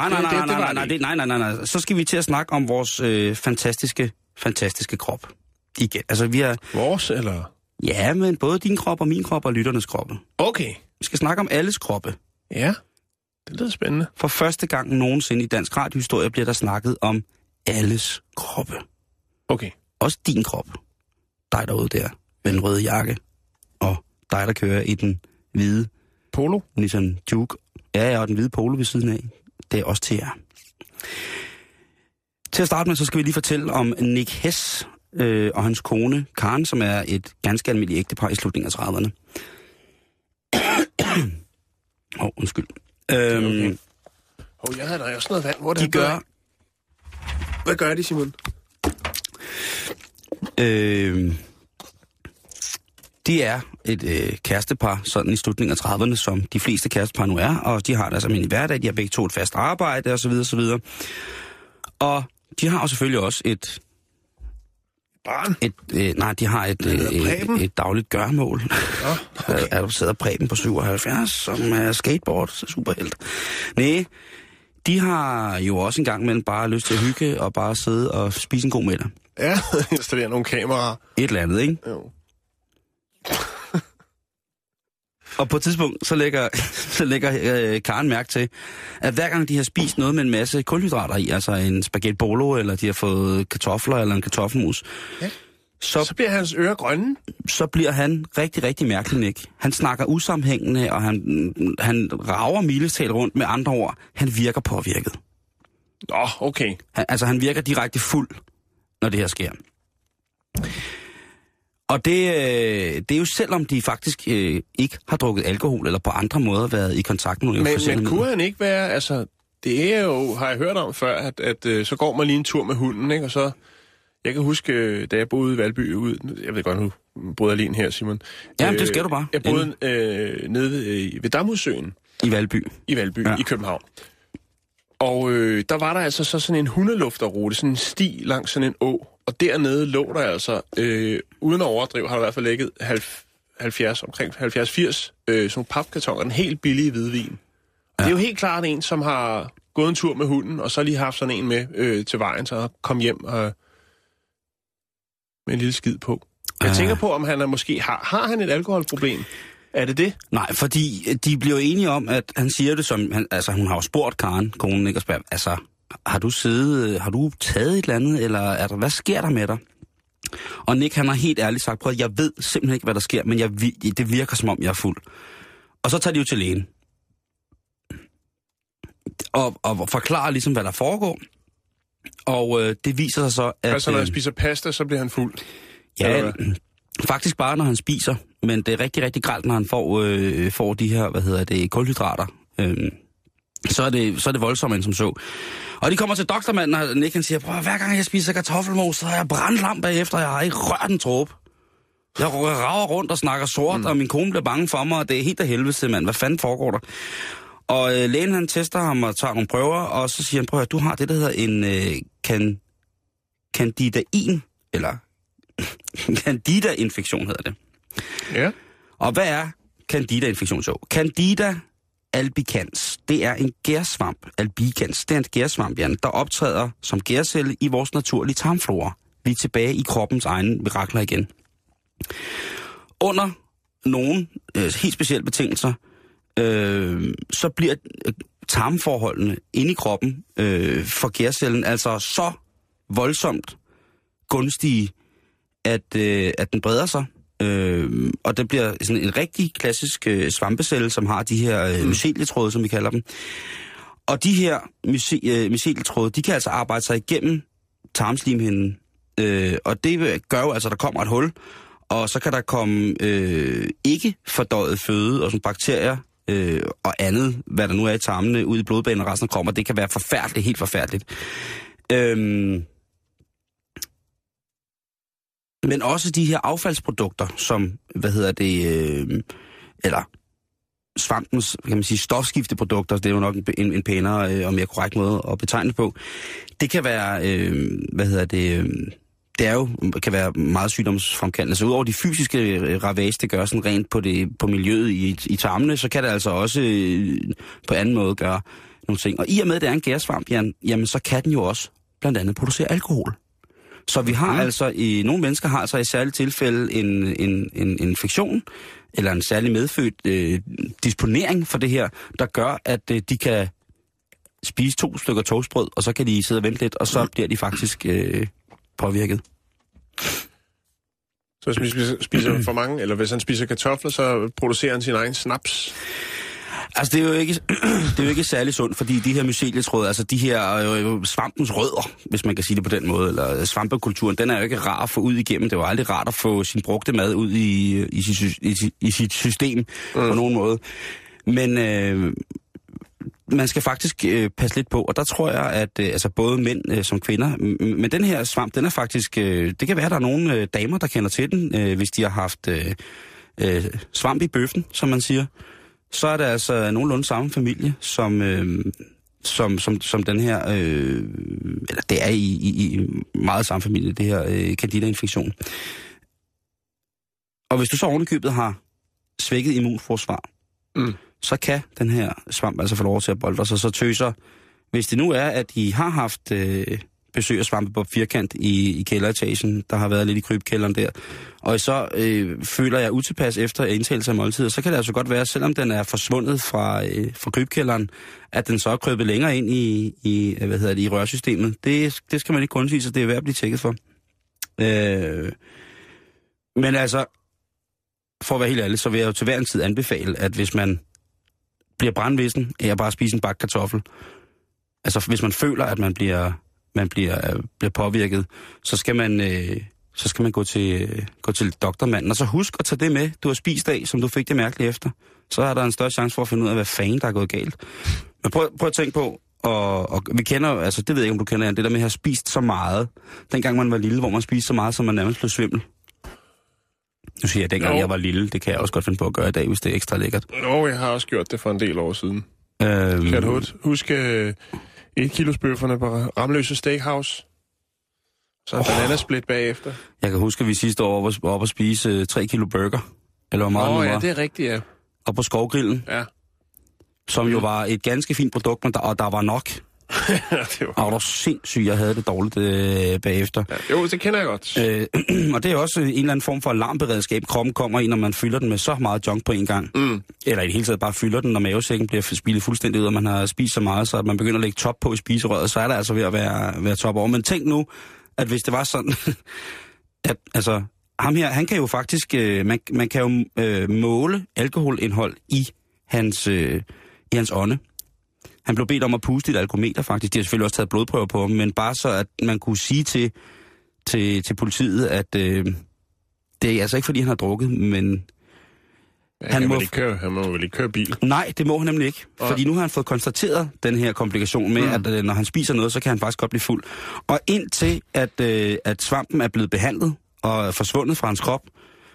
Nej. Så skal vi til at snakke om vores fantastiske krop. Igen. Altså, vi er... Vores, eller? Ja, men både din krop og min krop og lytternes kroppe. Okay. Vi skal snakke om alles kroppe. Ja, det lyder spændende. For første gang nogensinde i dansk radiohistorie bliver der snakket om alles kroppe. Okay. Også din krop. Dig derude der. Med den røde jakke, og dig, der kører i den hvide... Polo? Nissan Juke. Ja, og den hvide polo ved siden af. Det er også til jer. Til at starte med, så skal vi lige fortælle om Nick Hess og hans kone, Karen, som er et ganske almindeligt ægtepar i slutningen af 30'erne. Undskyld. Okay. Jeg havde da også noget vand. Hvor det gør... Hvad gør de, Simon? De er et kærestepar, sådan i slutningen af 30'erne, som de fleste kærestepar nu er, og de har deres almindelige hverdag, de har begge to et fast arbejde, osv. Og de har jo selvfølgelig også et... Barn? De har et dagligt gørmål. Der sidder Preben på 77, som er skateboard, superhelt. Nej, de har jo også en gang imellem bare lyst til at hygge og bare sidde og spise en god middag. Ja, installere nogle kameraer. Et eller andet, ikke? Jo. Og på et tidspunkt, så lægger Karen mærke til, at hver gang de har spist noget med en masse kulhydrater i, altså en spaghetti bolo, eller de har fået kartofler eller en kartoffelmus, ja. Så bliver hans ører grønne. Så bliver han rigtig, rigtig mærkelig, Nick. Han snakker usammenhængende, og han rager milestalt rundt. Med andre ord, han virker påvirket. Okay. Han virker direkte fuld, når det her sker. Og det er jo selvom de faktisk ikke har drukket alkohol, eller på andre måder været i kontakt med nogle. Men kunne han ikke være, altså, det er jo, har jeg hørt om før, at så går man lige en tur med hunden, ikke, og så... Jeg kan huske, da jeg boede i Valby jeg ved godt, nu boede jeg lige her, Simon. Ja, det skal du bare. Jeg boede nede ved Damhussøen. I Valby. I Valby, ja. I København. Og der var der altså sådan en hundelufterrute, sådan en sti langs sådan en å. Og dernede lå der altså, uden at overdrive, har der i hvert fald ligget 70, omkring 70-80 sådan nogle papkartoner, en helt billig hvidvin. Og det er jo helt klart en, som har gået en tur med hunden, og så lige haft sådan en med til vejen, så kom hjem og... med en lille skid på. Jeg tænker på, om han er måske... Har han et alkoholproblem? Er det det? Nej, fordi de bliver enige om, at han siger det som... hun har jo spurgt Karen, konen, ikke, og spørger, altså, har du taget et eller andet, eller hvad sker der med dig? Og Nick, han har helt ærligt sagt, prøv, jeg ved simpelthen ikke, hvad der sker, men det virker, som om jeg er fuld. Og så tager de jo til lægen. Og forklarer ligesom, hvad der foregår. Og det viser sig så, at... Altså, når han spiser pasta, så bliver han fuld? Ja, faktisk bare, når han spiser. Men det er rigtig, rigtig grelt, når han får de her, kulhydrater. Så er det voldsomt, som så. Og de kommer til doktormanden, og Nick han siger, prøv, hver gang jeg spiser kartoffelmos, så er jeg brandlam bagefter, jeg har ikke rørt en dråbe. Jeg rager rundt og snakker sort, og min kone bliver bange for mig, og det er helt af helvede, mand. Hvad fanden foregår der? Og lægen han tester ham og tager nogle prøver, og så siger han, prøv at du har det, der hedder en candidain, eller candida-infektion hedder det. Ja. Og hvad er candida-infektion så? Candida albicans, det er en gærsvamp, albicans, det er en gærsvamp, Jan, der optræder som gærcelle i vores naturlige tarmflora. Vi er tilbage i kroppens egne mirakler igen. Under nogle helt specielle betingelser, så bliver tarmforholdene inde i kroppen for gærcellen altså så voldsomt gunstige, at den breder sig. Og det bliver sådan en rigtig klassisk svampecelle, som har de her mycelietråde, som vi kalder dem. Og de her mycelietråde, de kan altså arbejde sig igennem tarmslimhinden. Og det gør jo altså, at der kommer et hul, og så kan der komme ikke fordøjet føde og sådan bakterier og andet, hvad der nu er i tarmene, ud i blodbanen og resten af kroppen, og det kan være forfærdeligt, helt forfærdeligt. Men også de her affaldsprodukter, som, eller svampens, kan man sige, stofskifteprodukter, det er jo nok en pænere og mere korrekt måde at betegne på. Det kan være, det er jo, kan være meget sygdomsfremkaldende. Så udover de fysiske ravage, det gør sådan rent på miljøet i tarmene, så kan det altså også på anden måde gøre nogle ting. Og i og med, at det er en gærsvamp, jamen så kan den jo også blandt andet producere alkohol. Så vi har altså, nogle mennesker har altså i særlige tilfælde en infektion, eller en særlig medfødt disponering for det her, der gør, at de kan spise 2 stykker toastbrød, og så kan de sidde og vente lidt, og så bliver de faktisk påvirket. Så hvis han spiser for mange, eller hvis han spiser kartofler, så producerer han sin egen snaps? Altså, det er jo ikke særlig sundt, fordi de her mycelietråde, altså de her svampens rødder, hvis man kan sige det på den måde, eller svampekulturen, den er jo ikke rar at få ud igennem. Det er jo aldrig rart at få sin brugte mad ud i sit system på nogen måde. Men man skal faktisk passe lidt på, og der tror jeg, at altså både mænd som kvinder, men den her svamp, den er faktisk, det kan være, at der er nogle damer, der kender til den, hvis de har haft svamp i bøffen, som man siger. Så er det altså nogenlunde samme familie, som den her, eller det er i meget samme familie, det her candida-infektion. Og hvis du så ovenikøbet har svækket immunforsvar, så kan den her svamp altså få lov til at boltre sig. Så tøser hvis det nu er, at I har haft besøg af Svampebob Firkant i kælderetagen, der har været lidt i krybkælderen der, og så føler jeg utilpas efter indtagelse af måltider, så kan det altså godt være, selvom den er forsvundet fra krybkælderen, at den så er krøbet længere ind i rørsystemet. Det skal man ikke kun sige, så det er værd at blive tjekket for. Men altså, for at være helt ærlig, så vil jeg jo til hver en tid anbefale, at hvis man bliver brandvissen af at bare spise en bakke kartoffel, altså hvis man føler, at man bliver påvirket, så skal man gå til doktormanden, og så husk at tage det med, du har spist af, som du fik det mærkeligt efter. Så er der en større chance for at finde ud af, hvad fanden der er gået galt. Men prøv at tænke på, og vi kender, altså det ved jeg ikke, om du kender, det der med at have spist så meget, dengang man var lille, hvor man spiste så meget, som man nærmest blev svimmel. Nu siger jeg, dengang jeg var lille, det kan jeg også godt finde på at gøre i dag, hvis det er ekstra lækkert. Jo, jeg har også gjort det for en del år siden. Kan du huske 1 kilos bøfferne på Ramløse Steakhouse? Så en bananasplit bagefter. Jeg kan huske, at vi sidste år var oppe at spise 3 kilo burger. Eller hvor meget ja, det er rigtigt, ja. Og på Skovgrillen. Ja. Som jo var et ganske fint produkt, men der var nok. Det var... Og der var sindssygt, jeg havde det dårligt bagefter. Ja, jo, det kender jeg godt. Og det er også en eller anden form for alarmberedskab, kroppen kommer i, når man fylder den med så meget junk på en gang. Eller i det hele taget bare fylder den, når mavesækken bliver spillet fuldstændig ud, og man har spist så meget, så at man begynder at lægge top på i spiserøret, så er der altså ved at være top over. Men tænk nu, at hvis det var sådan, at altså, ham her, han kan jo faktisk, man kan jo måle alkoholindhold i hans ånde. Han blev bedt om at puste et alkometer faktisk. De har selvfølgelig også taget blodprøver på ham, men bare så, at man kunne sige til politiet, at det er altså ikke, fordi han har drukket, men... Ja, han må vel ikke køre bil? Nej, det må han nemlig ikke. Fordi nu har han fået konstateret den her komplikation med, at når han spiser noget, så kan han faktisk godt blive fuld. Og indtil, at svampen er blevet behandlet og forsvundet fra hans krop,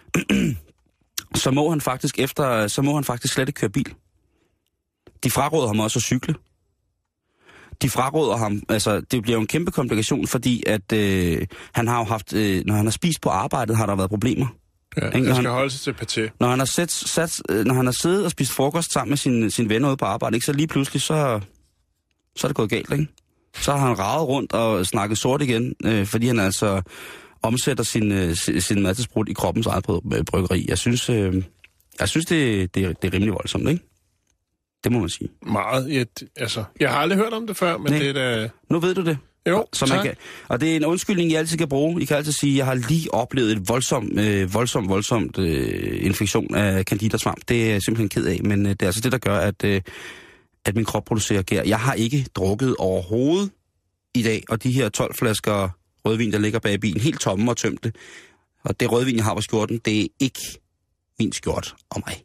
så må han faktisk slet ikke køre bil. De fraråder ham også at cykle. De fraråder ham, altså det bliver jo en kæmpe komplikation, fordi at han har jo haft, når han har spist på arbejdet, har der været problemer. Ja, han skal holde sig til paté. Når han har siddet og spist frokost sammen med sin venner ude på arbejde, ikke, så lige pludselig, så er det gået galt, ikke? Så har han raget rundt og snakket sort igen, fordi han altså omsætter sin madsbrud i kroppens eget bryggeri. Jeg synes, det er rimelig voldsomt, ikke? Det må man sige. Meget. Jeg har aldrig hørt om det før, men det er da... Nu ved du det. Jo, så man kan, og det er en undskyldning, I altid kan bruge. I kan altid sige, at jeg har lige oplevet et voldsomt infektion af candida-svamp. Det er jeg simpelthen ked af, men det er altså det, der gør, at min krop producerer gær. Jeg har ikke drukket overhovedet i dag, og de her 12 flasker rødvin, der ligger bag i bilen, helt tomme og tømte. Og det rødvin, jeg har på skjorten, det er ikke min skjort og mig.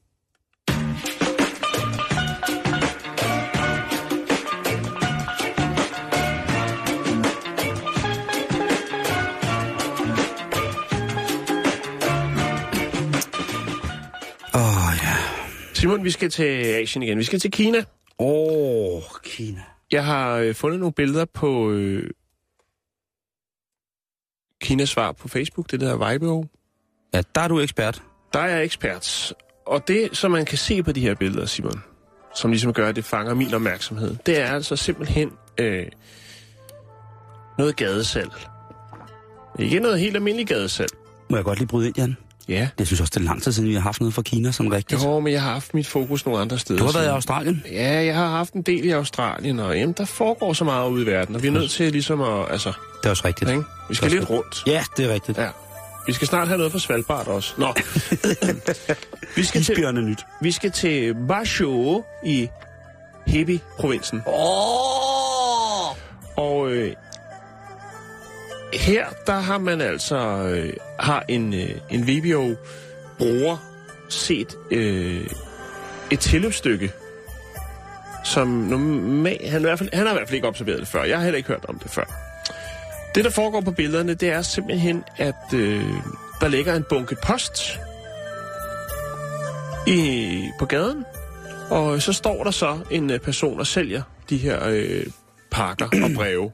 Simon, vi skal til Asien igen. Vi skal til Kina. Kina. Jeg har fundet nogle billeder på Kinas svar på Facebook, det der Weibo. Ja, der er du ekspert. Der er jeg ekspert. Og det, som man kan se på de her billeder, Simon, som ligesom gør, at det fanger min opmærksomhed, det er altså simpelthen noget gadesalg. Ikke noget helt almindeligt gadesalg. Må jeg godt lige bryde ind, Jan? Ja. Det synes også, det er lang tid siden, vi har haft noget fra Kina, sådan rigtigt. Jo, men jeg har haft mit fokus nogle andre steder. Du har været i Australien? Ja, jeg har haft en del i Australien, og jamen, der foregår så meget ude i verden, og vi er nødt til ligesom at... Altså, det er også rigtigt. Ikke? Vi skal lidt rundt. Ja, det er rigtigt. Ja. Vi skal snart have noget fra Svalbard også. Nå. Vi skal til Basho i Hebei-provinsen. Og her, der har man altså har en Vibio-bruger set et tilløbsstykke, som normalt... Han har i hvert fald ikke observeret det før. Jeg har heller ikke hørt om det før. Det, der foregår på billederne, det er simpelthen, at der ligger en bunke post på gaden, og så står der så en person og sælger de her pakker og breve.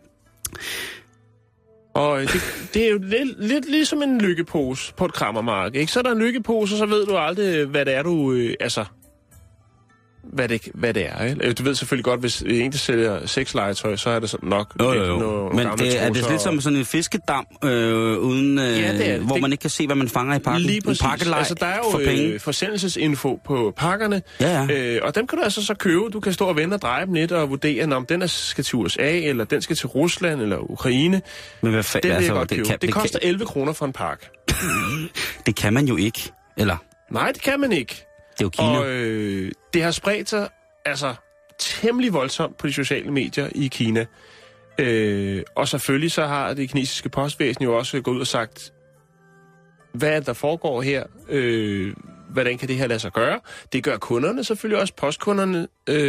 Og det er jo lidt ligesom en lykkepose på et krammermarked, ikke? Så er der en lykkepose, og så ved du aldrig, hvad det er, hvad det er. Ikke? Du ved selvfølgelig godt, hvis en, der sælger sexlegetøj, så er det sådan nok jo. Men er det lidt som sådan en fiskedam, uden, hvor man ikke kan se, hvad man fanger i pakken? Lige præcis. Altså, der er jo forsendelsesinfo på pakkerne, og dem kan du altså så købe. Du kan stå og vende og dreje dem lidt og vurdere, om den skal til USA, eller den skal til Rusland, eller Ukraine. Men hvad det vil jeg godt købe. Det koster 11 kroner for en pakke. Det kan man jo ikke, eller? Nej, det kan man ikke. Det er jo Kina. Og det har spredt sig altså temmelig voldsomt på de sociale medier i Kina. Og selvfølgelig så har det kinesiske postvæsen jo også gået ud og sagt, hvad er der foregår her? Hvordan kan det her lade sig gøre? Det gør kunderne selvfølgelig også. Postkunderne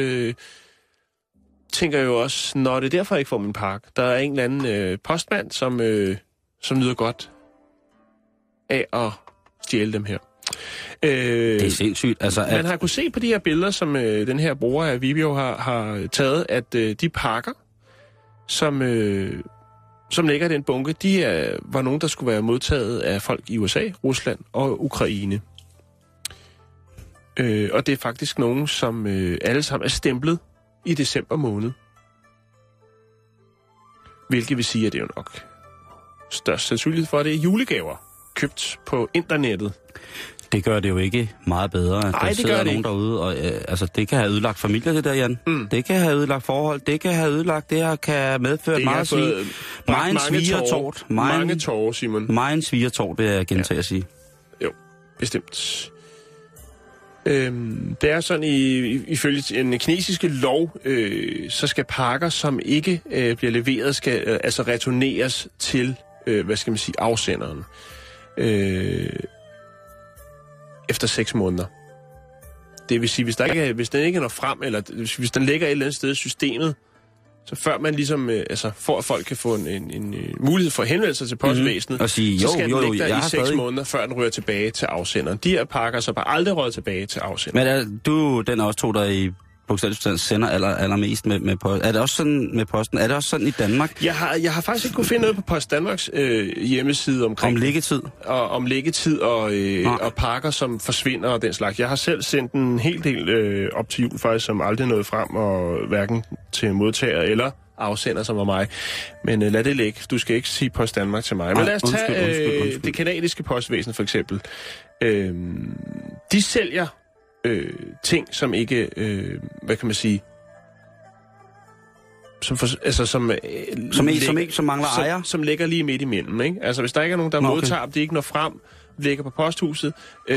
tænker jo også, når det er derfor, jeg ikke får min pakke. Der er en eller anden postmand, som nyder godt af at stjæle dem her. Det er sindssygt. Altså, man har kunnet se på de her billeder, som den her bruger af Vibio har taget, at de pakker, som ligger i den bunke, var nogen, der skulle være modtaget af folk i USA, Rusland og Ukraine. Og det er faktisk nogen, som alle sammen er stemplet i december måned. Hvilket vil sige, at det er jo nok størst sandsynlighed for, at det er julegaver købt på internettet. Det gør det jo ikke meget bedre. Nej, der sidder nogen derude, og det kan have ødelagt familier, det der, Jan. Det kan have ødelagt forhold, det kan have ødelagt, det her kan medføre meget svig. Meget svigertort. Mange tårer, Simon. Meget svigertort, vil jeg gentage at sige. Jo, bestemt. Det er sådan, ifølge en kinesiske lov, så skal pakker, som ikke bliver leveret, skal altså returneres til, afsenderen. Efter 6 måneder. Det vil sige, hvis den ikke når frem, eller hvis den ligger et eller andet sted i systemet, så før man ligesom, for at folk kan få en mulighed for at henvende sig til postvæsenet, og sige, så skal den ligge der i 6 måneder, før den rører tilbage til afsenderen. De her pakker så bare aldrig rører tilbage til afsenderen. Men den er også to, der i bogstaveligt sender allermest med post. Er det også sådan med posten? Er det også sådan i Danmark? Jeg har faktisk ikke kunne finde noget på Post Danmarks hjemmeside omkring... Om liggetid? Om liggetid og pakker, som forsvinder og den slags. Jeg har selv sendt en hel del op til jul faktisk, som aldrig nåede frem, og hverken til modtager eller afsender, som var mig. Men lad det ligge. Du skal ikke sige Post Danmark til mig. Men lad os tage det kanadiske postvæsen for eksempel. De sælger ting, som ikke, hvad kan man sige, som mangler ejer, som ligger lige midt imellem, ikke? Altså hvis der ikke er nogen, der modtager, de ikke når frem, ligger på posthuset,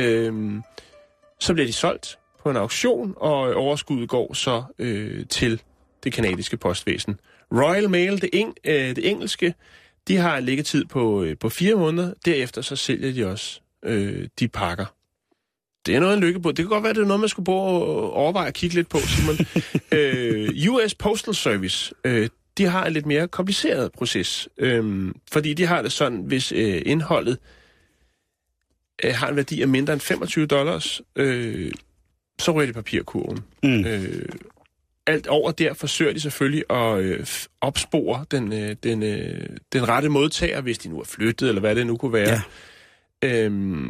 så bliver de solgt på en auktion, og overskuddet går så til det kanadiske postvæsen. Royal Mail, det engelske, de har en liggetid på 4 måneder. Derefter så sælger de også de pakker. Det er noget en lykke på. Det kan godt være, det er noget, man skulle overveje at kigge lidt på, Simon. US Postal Service, de har en lidt mere kompliceret proces. Fordi de har det sådan, hvis indholdet har en værdi af mindre end $25, så ryger det papirkurven. Alt over der forsøger de selvfølgelig at opspore den rette modtager, hvis de nu er flyttet, eller hvad det nu kunne være. Ja.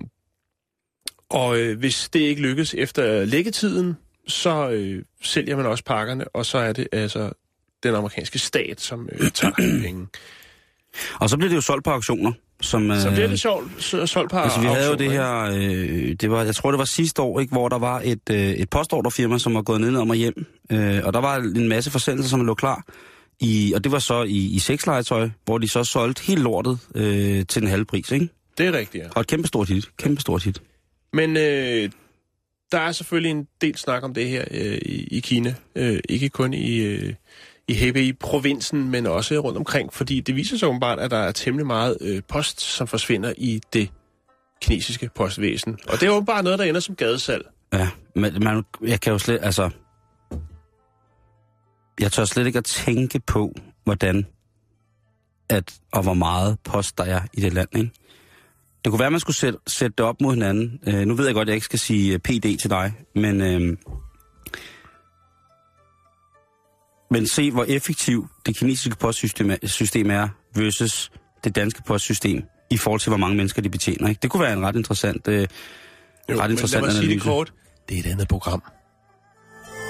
Og hvis det ikke lykkes efter læggetiden, så sælger man også pakkerne, og så er det altså den amerikanske stat, som tager penge. Og så bliver det jo solgt på auktioner. Så bliver det solgt på auktioner. Vi havde jo det her, jeg tror det var sidste år, ikke, hvor der var et postordrefirma, som var gået ned om og hjem. Og der var en masse forsendelser, som lå klar. Og det var så i sexlegetøj, hvor de så solgte helt lortet til den halve pris, ikke? Det er rigtigt, ja. Og et kæmpestort hit. Men der er selvfølgelig en del snak om det her i Kina. Ikke kun i Hebei-provinsen, men også rundt omkring. Fordi det viser sig åbenbart, at der er temmelig meget post, som forsvinder i det kinesiske postvæsen. Og det er åbenbart noget, der ender som gadesalg. Ja, men jeg kan jo slet... Altså, jeg tør slet ikke at tænke på, hvordan og hvor meget post der er i det land, ikke? Det kunne være, at man skulle sætte det op mod hinanden. Nu ved jeg godt, at jeg ikke skal sige PD til dig, men se, hvor effektivt det kinesiske postsystem er versus det danske postsystem i forhold til, hvor mange mennesker de betjener. Ikke? Det kunne være en ret interessant analyse. Lad mig sige det kort. Det er et andet program.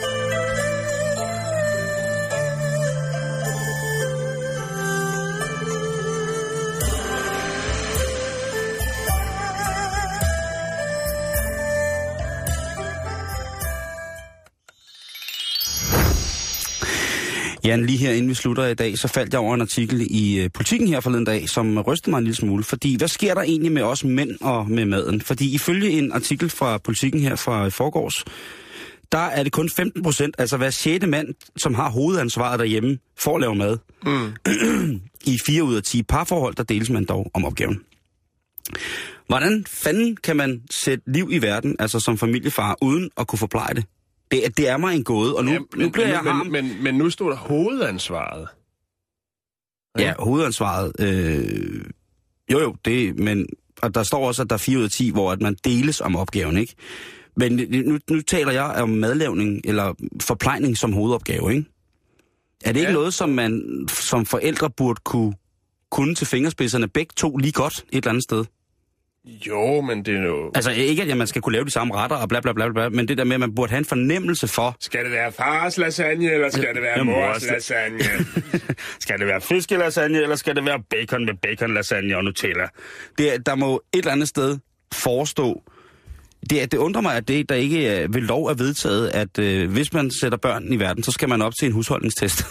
Jan, lige her inden vi slutter i dag, så faldt jeg over en artikel i Politiken her forleden dag, som rystede mig en lille smule. Fordi hvad sker der egentlig med os mænd og med maden? Fordi ifølge en artikel fra Politiken her fra forgårs, der er det kun 15%, altså hver 6. mand, som har hovedansvaret derhjemme, for at lave mad. I 4 ud af 10 parforhold, der deles man dog om opgaven. Hvordan fanden kan man sætte liv i verden, altså som familiefar, uden at kunne forpleje det? Det er mig en gåde, og nu bliver jeg harm. Men nu står der hovedansvaret. Ja, hovedansvaret. Men og der står også, at der er 4 ud af 10, hvor at man deles om opgaven, ikke? Men nu taler jeg om madlavning eller forplejning som hovedopgave, ikke? Er det ikke noget, som man som forældre burde kunne til fingerspidserne begge to lige godt et eller andet sted? Jo, men det er jo... Altså ikke, at man skal kunne lave de samme retter og bla bla bla bla, men det der med, at man burde have en fornemmelse for... Skal det være fars lasagne, eller skal det være mors lasagne? Skal det være fiskelasagne, eller skal det være bacon med bacon lasagne og Nutella? Der må et eller andet sted forestå... Det undrer mig, at det der ikke ved lov er vedtaget, at hvis man sætter børn i verden, så skal man op til en husholdningstest.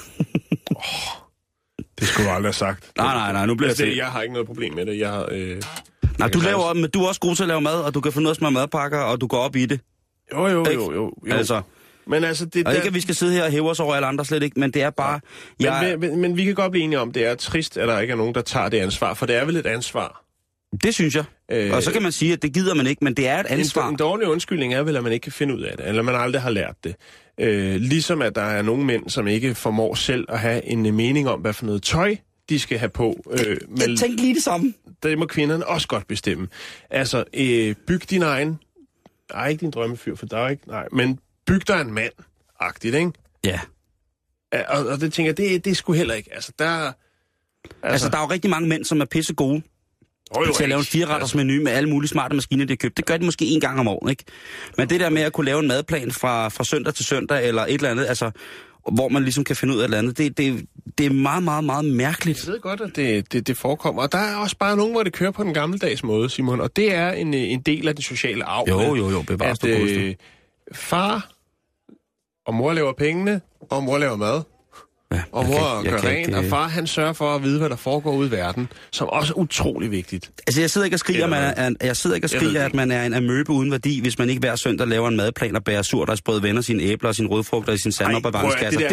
Det skulle du aldrig have sagt. Nej, nu bliver altså, jeg har ikke noget problem med det. Jeg har... Nej, du er også god til at lave mad, og du kan finde ud af smøre madpakker, og du går op i det. Jo. Altså, men altså, det og ikke, at vi skal sidde her og hæve os over alle andre, slet ikke, men det er bare... Men vi kan godt blive enige om, det er trist, at der ikke er nogen, der tager det ansvar, for det er vel et ansvar. Det synes jeg. Og så kan man sige, at det gider man ikke, men det er et ansvar. En dårlig undskyldning er vel, at man ikke kan finde ud af det, eller man aldrig har lært det. Ligesom at der er nogle mænd, som ikke formår selv at have en mening om, hvad for noget tøj de skal have på. Jeg tænker lige det samme. Det må kvinderne også godt bestemme. Altså, byg din egen... Ej, ikke din drømmefyr, for der er ikke... Nej, men byg dig en mand-agtigt, ikke? Ja. Og det tænker jeg, det er sgu heller ikke. Altså, der er jo rigtig mange mænd, som er pisse gode til at lave en 4-retters menu med alle mulige smarte maskiner, de har købt. Det gør de måske 1 gang om året, ikke? Men det der med at kunne lave en madplan fra søndag til søndag, eller et eller andet, altså, hvor man ligesom kan finde ud af et eller andet, det er meget, meget, meget mærkeligt. Jeg ved godt, at det forekommer. Og der er også bare nogen, hvor det kører på den gammeldags måde, Simon. Og det er en del af den sociale arv. Jo, bevares du kosten. Far og mor laver pengene, og mor laver mad. Ja, og mor gør rent, og far han sørger for at vide, hvad der foregår ude i verden, som også er utrolig vigtigt. Altså jeg sidder ikke og skriger, at man er en amøbe uden værdi, hvis man ikke hver søndag laver en madplan og bærer surdejsbrød, vender sine æbler og sine rødfrugter i sin sandopbevaringskasser.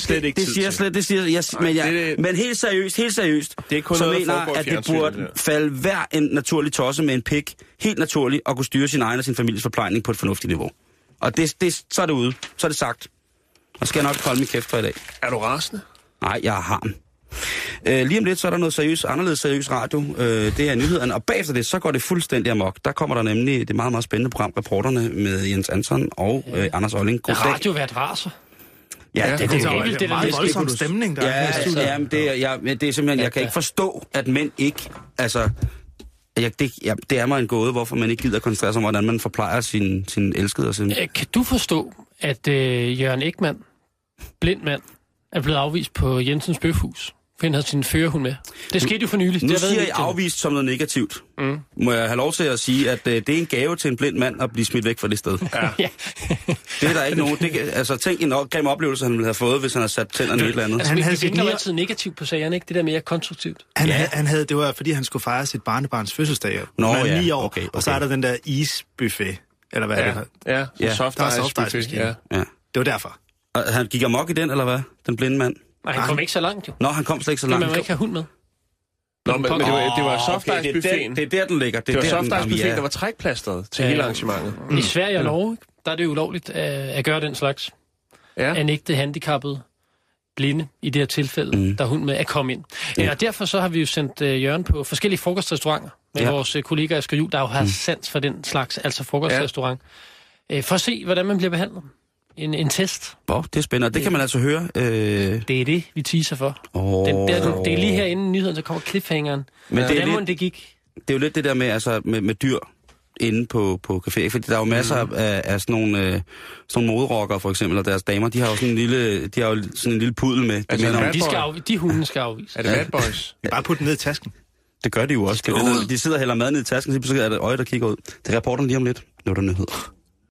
Men helt seriøst, det er kun så mener at det burde falde hver en naturlig tosse med en pik, helt naturligt at kunne styre sin egen og sin families forplejning på et fornuftigt niveau. Og så er det ude, så er det sagt. Og skal jeg nok holde min kæft for i dag. Er du rasende? Nej, jeg har den. Lige om lidt, så er der noget anderledes seriøs radio. Det er nyhederne, og bagefter det, så går det fuldstændig amok. Der kommer der nemlig det meget, meget spændende program, Reporterne med Jens Anton og Anders Olling. Er radiovært raser? Ja, det er meget voldsom stemning, der er i studiet. Det er simpelthen, jeg kan ikke forstå, at mænd ikke, altså... det er mig en gåde, hvorfor man ikke gider koncentrere sig om, hvordan man forplejer sin elskede og sin... Kan du forstå, at Jørgen Ekman, blind mand, er blevet afvist på Jensens Bøfhus, for han havde sin førerhund med? Det skete jo for nylig. Nu siger jeg afvist som noget negativt. Må jeg have lov til at sige, at det er en gave til en blind mand at blive smidt væk fra det sted? Ja. Det er der ikke nogen... tænk en grim oplevelse, han ville have fået, hvis han havde sat tænderne i et eller andet. Altså, han havde altid negativt på sagerne, ikke? Det der mere konstruktivt. Det var, fordi han skulle fejre sit barnebarns fødselsdag. Nå, ja. 9 år, okay. Og så er der den der isbuffet, eller hvad det hedder. Ja, soft ice. Ja. Det var derfor. Og han gik amok i den, eller hvad? Den blinde mand? Nej, han kom ikke så langt, jo. Nå, han kom slet ikke så langt. Man må ikke have hund med. Nå, men det var soft ice buffeten. Det er der, den ligger. Det var soft ice buffeten, der var trækplasteret til hele arrangementet. I Sverige og Norge, der er det ulovligt at gøre den slags. Ja. At nægte handicappede, blinde i det her tilfælde, der hund med at komme ind. Og derfor så har vi jo sendt Jørgen på forskellige frokostrestauranter med vores kollega Asger Juhl, der jo har sans for den slags, altså frokostrestaurant. For at se, hvordan man bliver behandlet. En test. Det er spændende. Det kan man altså høre. Det er det, vi teaser for. Det er lige herinde i nyheden, så kommer cliffhangeren. Men det gik. Det er jo lidt det der med dyr inde på café, fordi der er jo masser af sådan nogle moderockere for eksempel, og deres damer, de har jo sådan en lille pudel med. Altså, de hunde skal afvise. Er det bad boys? Bare putte den ned i tasken. Det gør de jo også. De sidder og hælder mad ned i tasken, så er det øje, der kigger ud. Det er Reporterne lige om lidt. Nu er der nyhed.